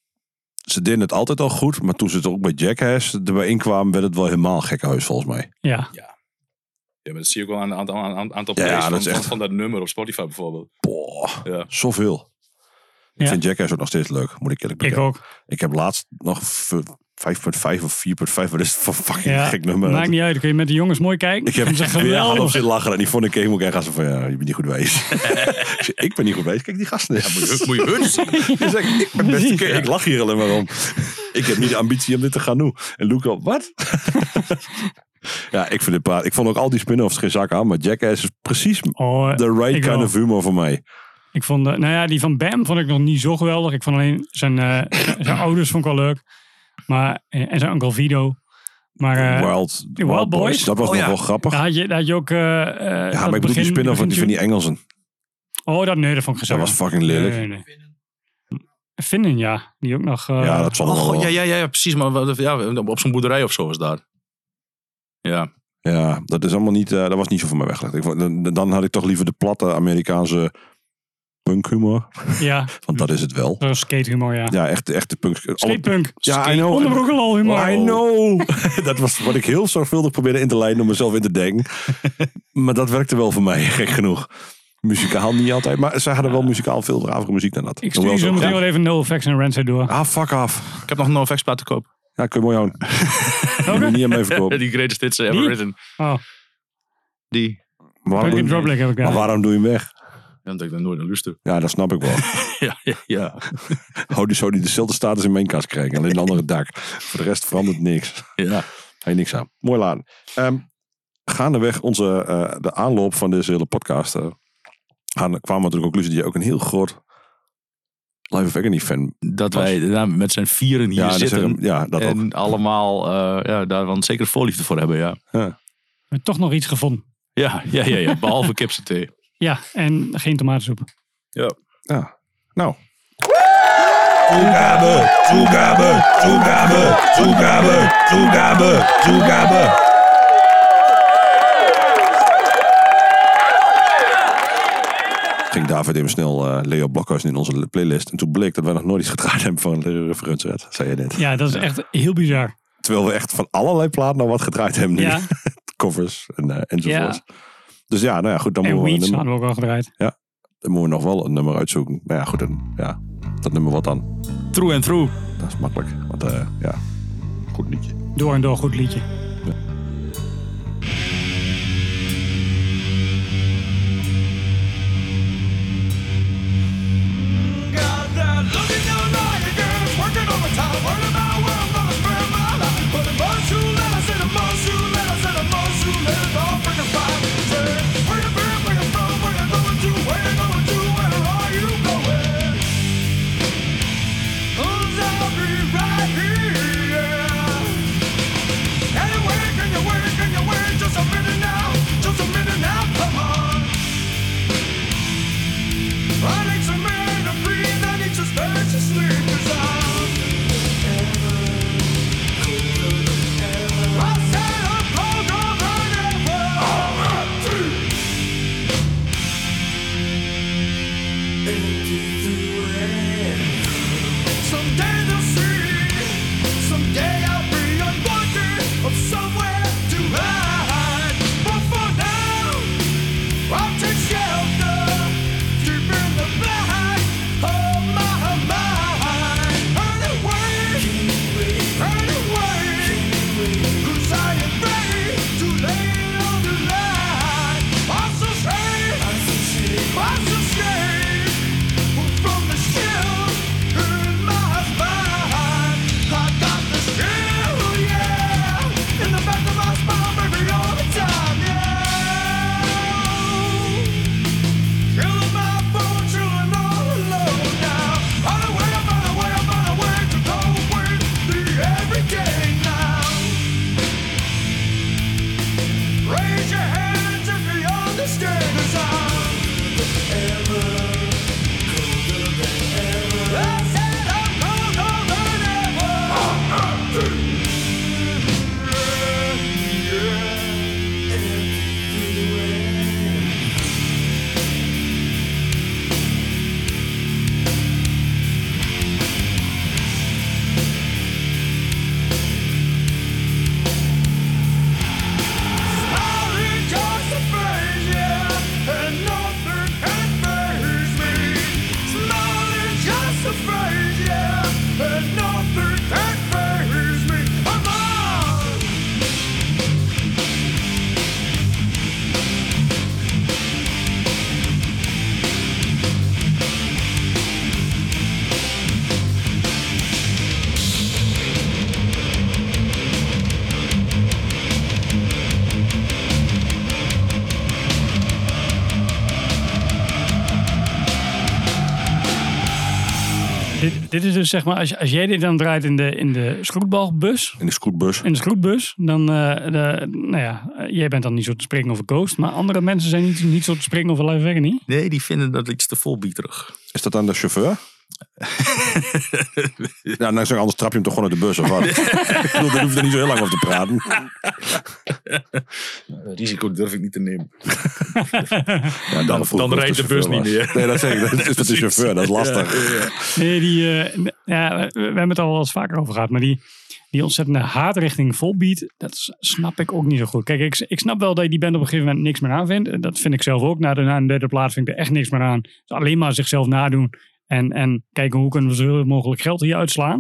ze deden het altijd al goed, maar toen ze het ook bij Jackass erbij inkwamen, werd het wel helemaal gekhuis volgens mij. Ja. Ja, maar dat zie je ook wel aan een aantal Ja, plays dat is echt- van dat nummer op Spotify bijvoorbeeld. Boah, Ja. zoveel. Ik Ja. vind Jackass ook nog steeds leuk, moet ik eerlijk Ik bekennen. ook. Ik heb laatst nog 5.5 of 4.5, wat is het voor fucking Ja, gek nummer. maakt niet uit. Dan kun je met de jongens mooi kijken. Ik heb Dat is weer hard op geweldig. zitten lachen en die vond ik ook echt als van, ja, je bent niet goed wijs. Ik ben niet goed wijs, kijk die gasten eens. Moet je hun zien. Je zegt, ik ben best Precies, een keer, ja. ik lach hier alleen maar om. Ik heb niet de ambitie om dit te gaan doen. En Luca, wat? Ja, ik vond ook al die spin-offs geen zak aan. Maar Jackass is precies the right kind of humor voor mij. Ik vond, die van Bam vond ik nog niet zo geweldig. Ik vond alleen zijn ouders vond ik wel leuk. Maar, en zijn Uncle Vito. Maar Wild Boys. Dat was nog wel grappig. Daar had je ook... maar ik bedoel die spin-off van die Engelsen. Oh, dat vond ik gezellig. Dat was fucking lelijk. Nee. Finnen, ja. Die ook nog... ja, dat zal wel. Ja, precies. Maar op zo'n boerderij of zo was daar. Ja. Ja, dat is allemaal niet... dat was niet zo voor mij weggelegd. Dan had ik toch liever de platte Amerikaanse punkhumor. Ja. Want dat is het wel. Skatehumor, ja. Ja, echt de punk. Skatepunk. Ja, I know. Onderbroekenlal humor. I know. Dat was wat ik heel zorgvuldig probeerde in te leiden om mezelf in te denken. Maar dat werkte wel voor mij, gek genoeg. Muzikaal niet altijd, maar zij hadden wel muzikaal veel bravere muziek dan dat. Ik stuur zo meteen wel even NoFX en Rancid door. Ah, fuck off. Ik heb nog een NoFX plaat te koop. Ja, kun je mooi houden. Ik moet niet aan mij verkopen. Die greatest hits ever written. Oh. Die. Maar waarom doe je hem weg? Ja, omdat ik dan nooit naar luister. Ja, dat snap ik wel. ja. Zou die dezelfde status in mijn kast krijgen. Alleen een andere dak. Voor de rest verandert niks. Ja. Heb je niks aan. Mooi laden. Gaandeweg de aanloop van deze hele podcast. Kwamen we natuurlijk ook conclusie dat je ook een heel groot Life of Agony fan dat was. Wij met z'n vieren hier zitten. Dat en ook. allemaal daar wel zeker voorliefde voor hebben, ja. We hebben toch nog iets gevonden. Ja. Behalve kipsaté. Ja, en geen tomatensoep. Ja. Nou. Toegabe. Ging David even snel Leo Blokhuizen in onze playlist. En toen bleek dat wij nog nooit iets gedraaid hebben van Leo Referentie. Zei je net. Ja, dat is echt heel bizar. Terwijl we echt van allerlei platen nou wat gedraaid hebben nu. Ja. Covers enzovoort. Ja. Dus ja, nou ja, goed. Dan en moeten Weeds hadden we ook al gedraaid. Ja, dan moeten we nog wel een nummer uitzoeken. Maar ja, goed. Dat nummer wat dan? Through and Through. Dat is makkelijk. Want goed liedje. Door en door goed liedje. Ja. And dit is dus zeg maar, als jij dit dan draait in de schroetbalbus. In de scootbus. In de schroetbus, dan, jij bent dan niet zo te spreken over Ghost. Maar andere mensen zijn niet zo te spreken over Live Wagon, niet? Nee, die vinden dat iets te volbieterig. Is dat dan de chauffeur? Ja, nou zeg, anders trap je hem toch gewoon uit de bus of wat? Ik bedoel, daar hoef je er niet zo heel lang over te praten. Risico durf ik niet te nemen. Ja, Dan rijdt de bus niet meer. Nee, dat zeg ik. Dat is met de chauffeur, dat is lastig. Nee, we hebben het al wel eens vaker over gehad. Maar die ontzettende haat richting Volbeat, dat snap ik ook niet zo goed. Kijk, ik snap wel dat je die band op een gegeven moment niks meer aan vindt. Dat vind ik zelf ook. Na een derde plaats vind ik er echt niks meer aan. Dus alleen maar zichzelf nadoen. En kijken hoe kunnen we zoveel mogelijk geld hier uitslaan.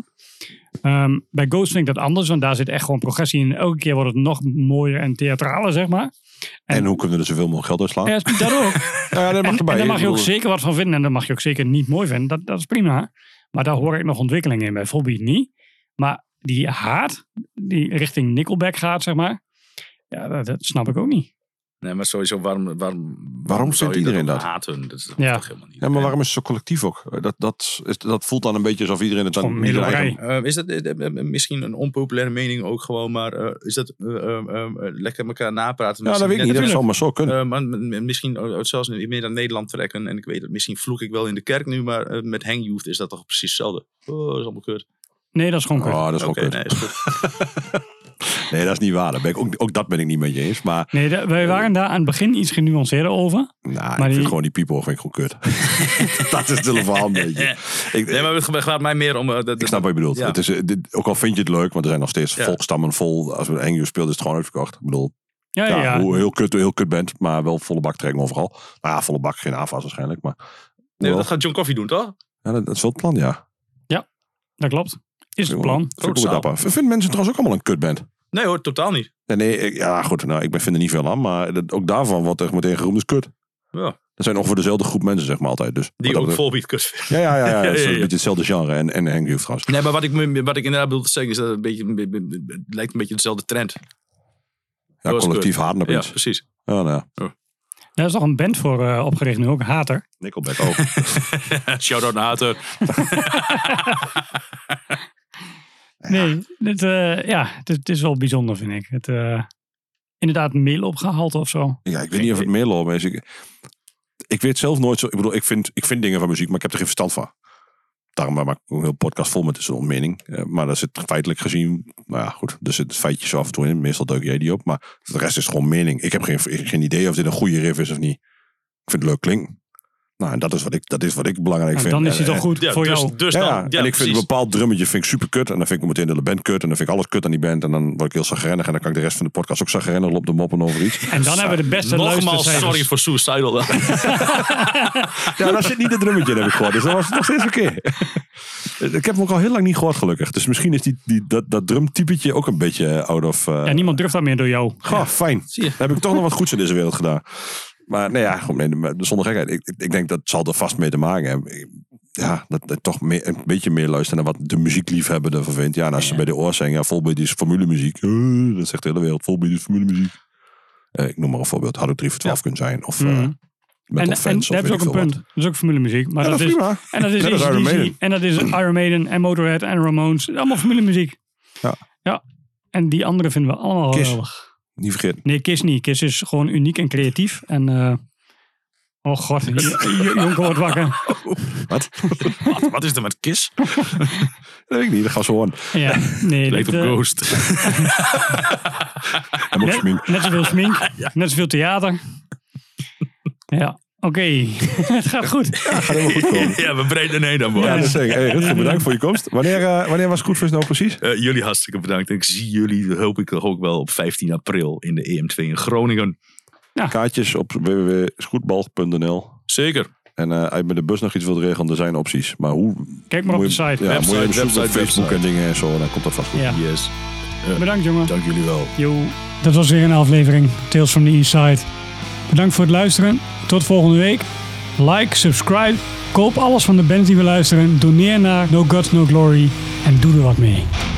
Bij Ghost vind ik dat anders. Want daar zit echt gewoon progressie in. Elke keer wordt het nog mooier en theatraler, zeg maar. En hoe kunnen we er zoveel mogelijk geld uitslaan? Ja, dat ook. Ja, dat mag erbij. En daar mag je ook zeker wat van vinden. En daar mag je ook zeker niet mooi vinden. Dat is prima. Maar daar hoor ik nog ontwikkeling in. Bij Volbeat niet. Maar die haat, die richting Nickelback gaat, zeg maar. Ja, dat snap ik ook niet. Nee, maar sowieso, waarom vindt iedereen dat? Haten? Dat is toch helemaal niet. Ja, maar waarom is het zo collectief ook? Dat voelt dan een beetje alsof iedereen het dan niet is dat misschien een onpopulaire mening ook gewoon, maar is dat lekker elkaar napraten? Ja, dat weet ik niet. Dat zou maar zo kunnen. Maar misschien zelfs meer naar Nederland trekken. En ik weet het, misschien vloek ik wel in de kerk nu, maar met Hang Youth is dat toch precies hetzelfde. Oh, dat is allemaal kut. Nee, dat is gewoon kut. Oh, dat is gewoon kut. Nee, is goed. Nee, dat is niet waar. Ook dat ben ik niet met je eens. Maar, nee, wij waren daar aan het begin iets genuanceerder over. Nou, ik vind gewoon die people vind ik gewoon kut. Dat is het hele verhaal een beetje. Nee, maar het gaat mij meer om... ik snap wat je bedoelt. Ja. Het is, ook al vind je het leuk, want er zijn nog steeds volkstammen vol. Als we een Engels speelt, is het gewoon uitverkocht. Ik bedoel, hoe heel kut bent, maar wel volle bak trekken overal. Nou ja, volle bak, geen AFA's waarschijnlijk. Maar, nee, dat gaat John Coffey doen, toch? Ja, dat is wel het plan, ja. Ja, dat klopt. Is het plan. Vinden mensen trouwens ook allemaal een kutband? Nee hoor, totaal niet. Nee, goed. Nou, ik vind er niet veel aan, maar ook daarvan wordt echt meteen geroemd is kut. Ja. Dat zijn ongeveer dezelfde groep mensen, zeg maar altijd. Dus, die ook Volbeat kut vinden. Ja. Het is een beetje hetzelfde genre en Hang Youth trouwens. Nee, maar wat ik inderdaad bedoel te zeggen is dat het lijkt een beetje dezelfde trend. Ja, collectief haten op iets. Ja, precies. Ja, nou. Daar is toch een band voor opgericht nu ook, Hater. Nickelback ook. Shout-out naar Hater. Nee, het is wel bijzonder, vind ik. Het inderdaad mail opgehaald of zo. Ja, ik weet niet of het mail is. Ik weet zelf nooit zo. Ik bedoel, ik vind dingen van muziek, maar ik heb er geen verstand van. Daarom maak ik een heel podcast vol met zo'n mening. Maar dat zit feitelijk gezien. Nou ja, goed. Er zitten feitjes af en toe in. Meestal duik jij die op. Maar de rest is gewoon mening. Ik heb geen idee of dit een goede riff is of niet. Ik vind het leuk klinken. Nou, en dat is wat ik belangrijk vind. Dan is het toch goed voor jou. Dus en ik vind een bepaald drummetje vind ik super kut. En dan vind ik meteen de hele band kut. En dan vind ik alles kut aan die band. En dan word ik heel zagrijnig. En dan kan ik de rest van de podcast ook zagrijnig op de moppen over iets. En dan hebben we de beste luistercijfers. Nogmaals, sorry voor Suicidal. Ja, daar zit niet het drummetje in, heb ik gehoord. Dus dat was nog steeds oké. Ik heb hem ook al heel lang niet gehoord, gelukkig. Dus misschien is dat drumtypetje ook een beetje out of... Ja, niemand durft dat meer door jou. Goh, fijn. Dan heb ik toch nog wat goeds in deze wereld gedaan. Maar nee, zonder gekheid. Ik denk dat zal er vast mee te maken hebben. Ja, dat toch een beetje meer luisteren naar wat de muziekliefhebber ervan vindt. Ja, en als ze bij de oor zeggen, ja, Volbeat is formulemuziek. Dat zegt de hele wereld, Volbeat is formulemuziek. Ik noem maar een voorbeeld. Had ook 3 voor 12 kunnen zijn. Of Metal Fans. En dat is ook een punt. Dat is ook formulemuziek. Maar dat is prima. En dat is Iron Maiden. En dat is Iron Maiden en Motorhead en Ramones. Allemaal formulemuziek. Ja. En die andere vinden we allemaal geweldig. Niet vergeten. Nee, Kiss niet. Kiss is gewoon uniek en creatief. En oh god, Jonker wordt wakker. Wat is er met Kiss? Dat weet ik niet, dat gaan ze horen. Ja, nee. Lijkt op Ghost. Net zoveel smink. Net zoveel theater. Ja, oké. Het gaat goed. Ja, het gaat helemaal goed komen. Ja, we breiden heen dan. Ja, dat zeg ik. Hey, Rutger, bedankt voor je komst. Wanneer was Goed nou precies? Jullie hartstikke bedankt. En ik zie jullie, hoop ik ook wel, op 15 april in de EM2 in Groningen. Ja. Kaartjes op www.scootbal.nl. Zeker. En als je met de bus nog iets wilt regelen, er zijn opties. Maar hoe... Kijk maar op de site. Ja, website, Facebook en dingen en zo. Dan komt dat vast goed. Ja. Yes. Bedankt, jongen. Dank jullie wel. Yo. Dat was weer een aflevering Tales from the East Side. Bedankt voor het luisteren. Tot volgende week. Like, subscribe. Koop alles van de bands die we luisteren. Doneer naar No Gods, No Glory. En doe er wat mee.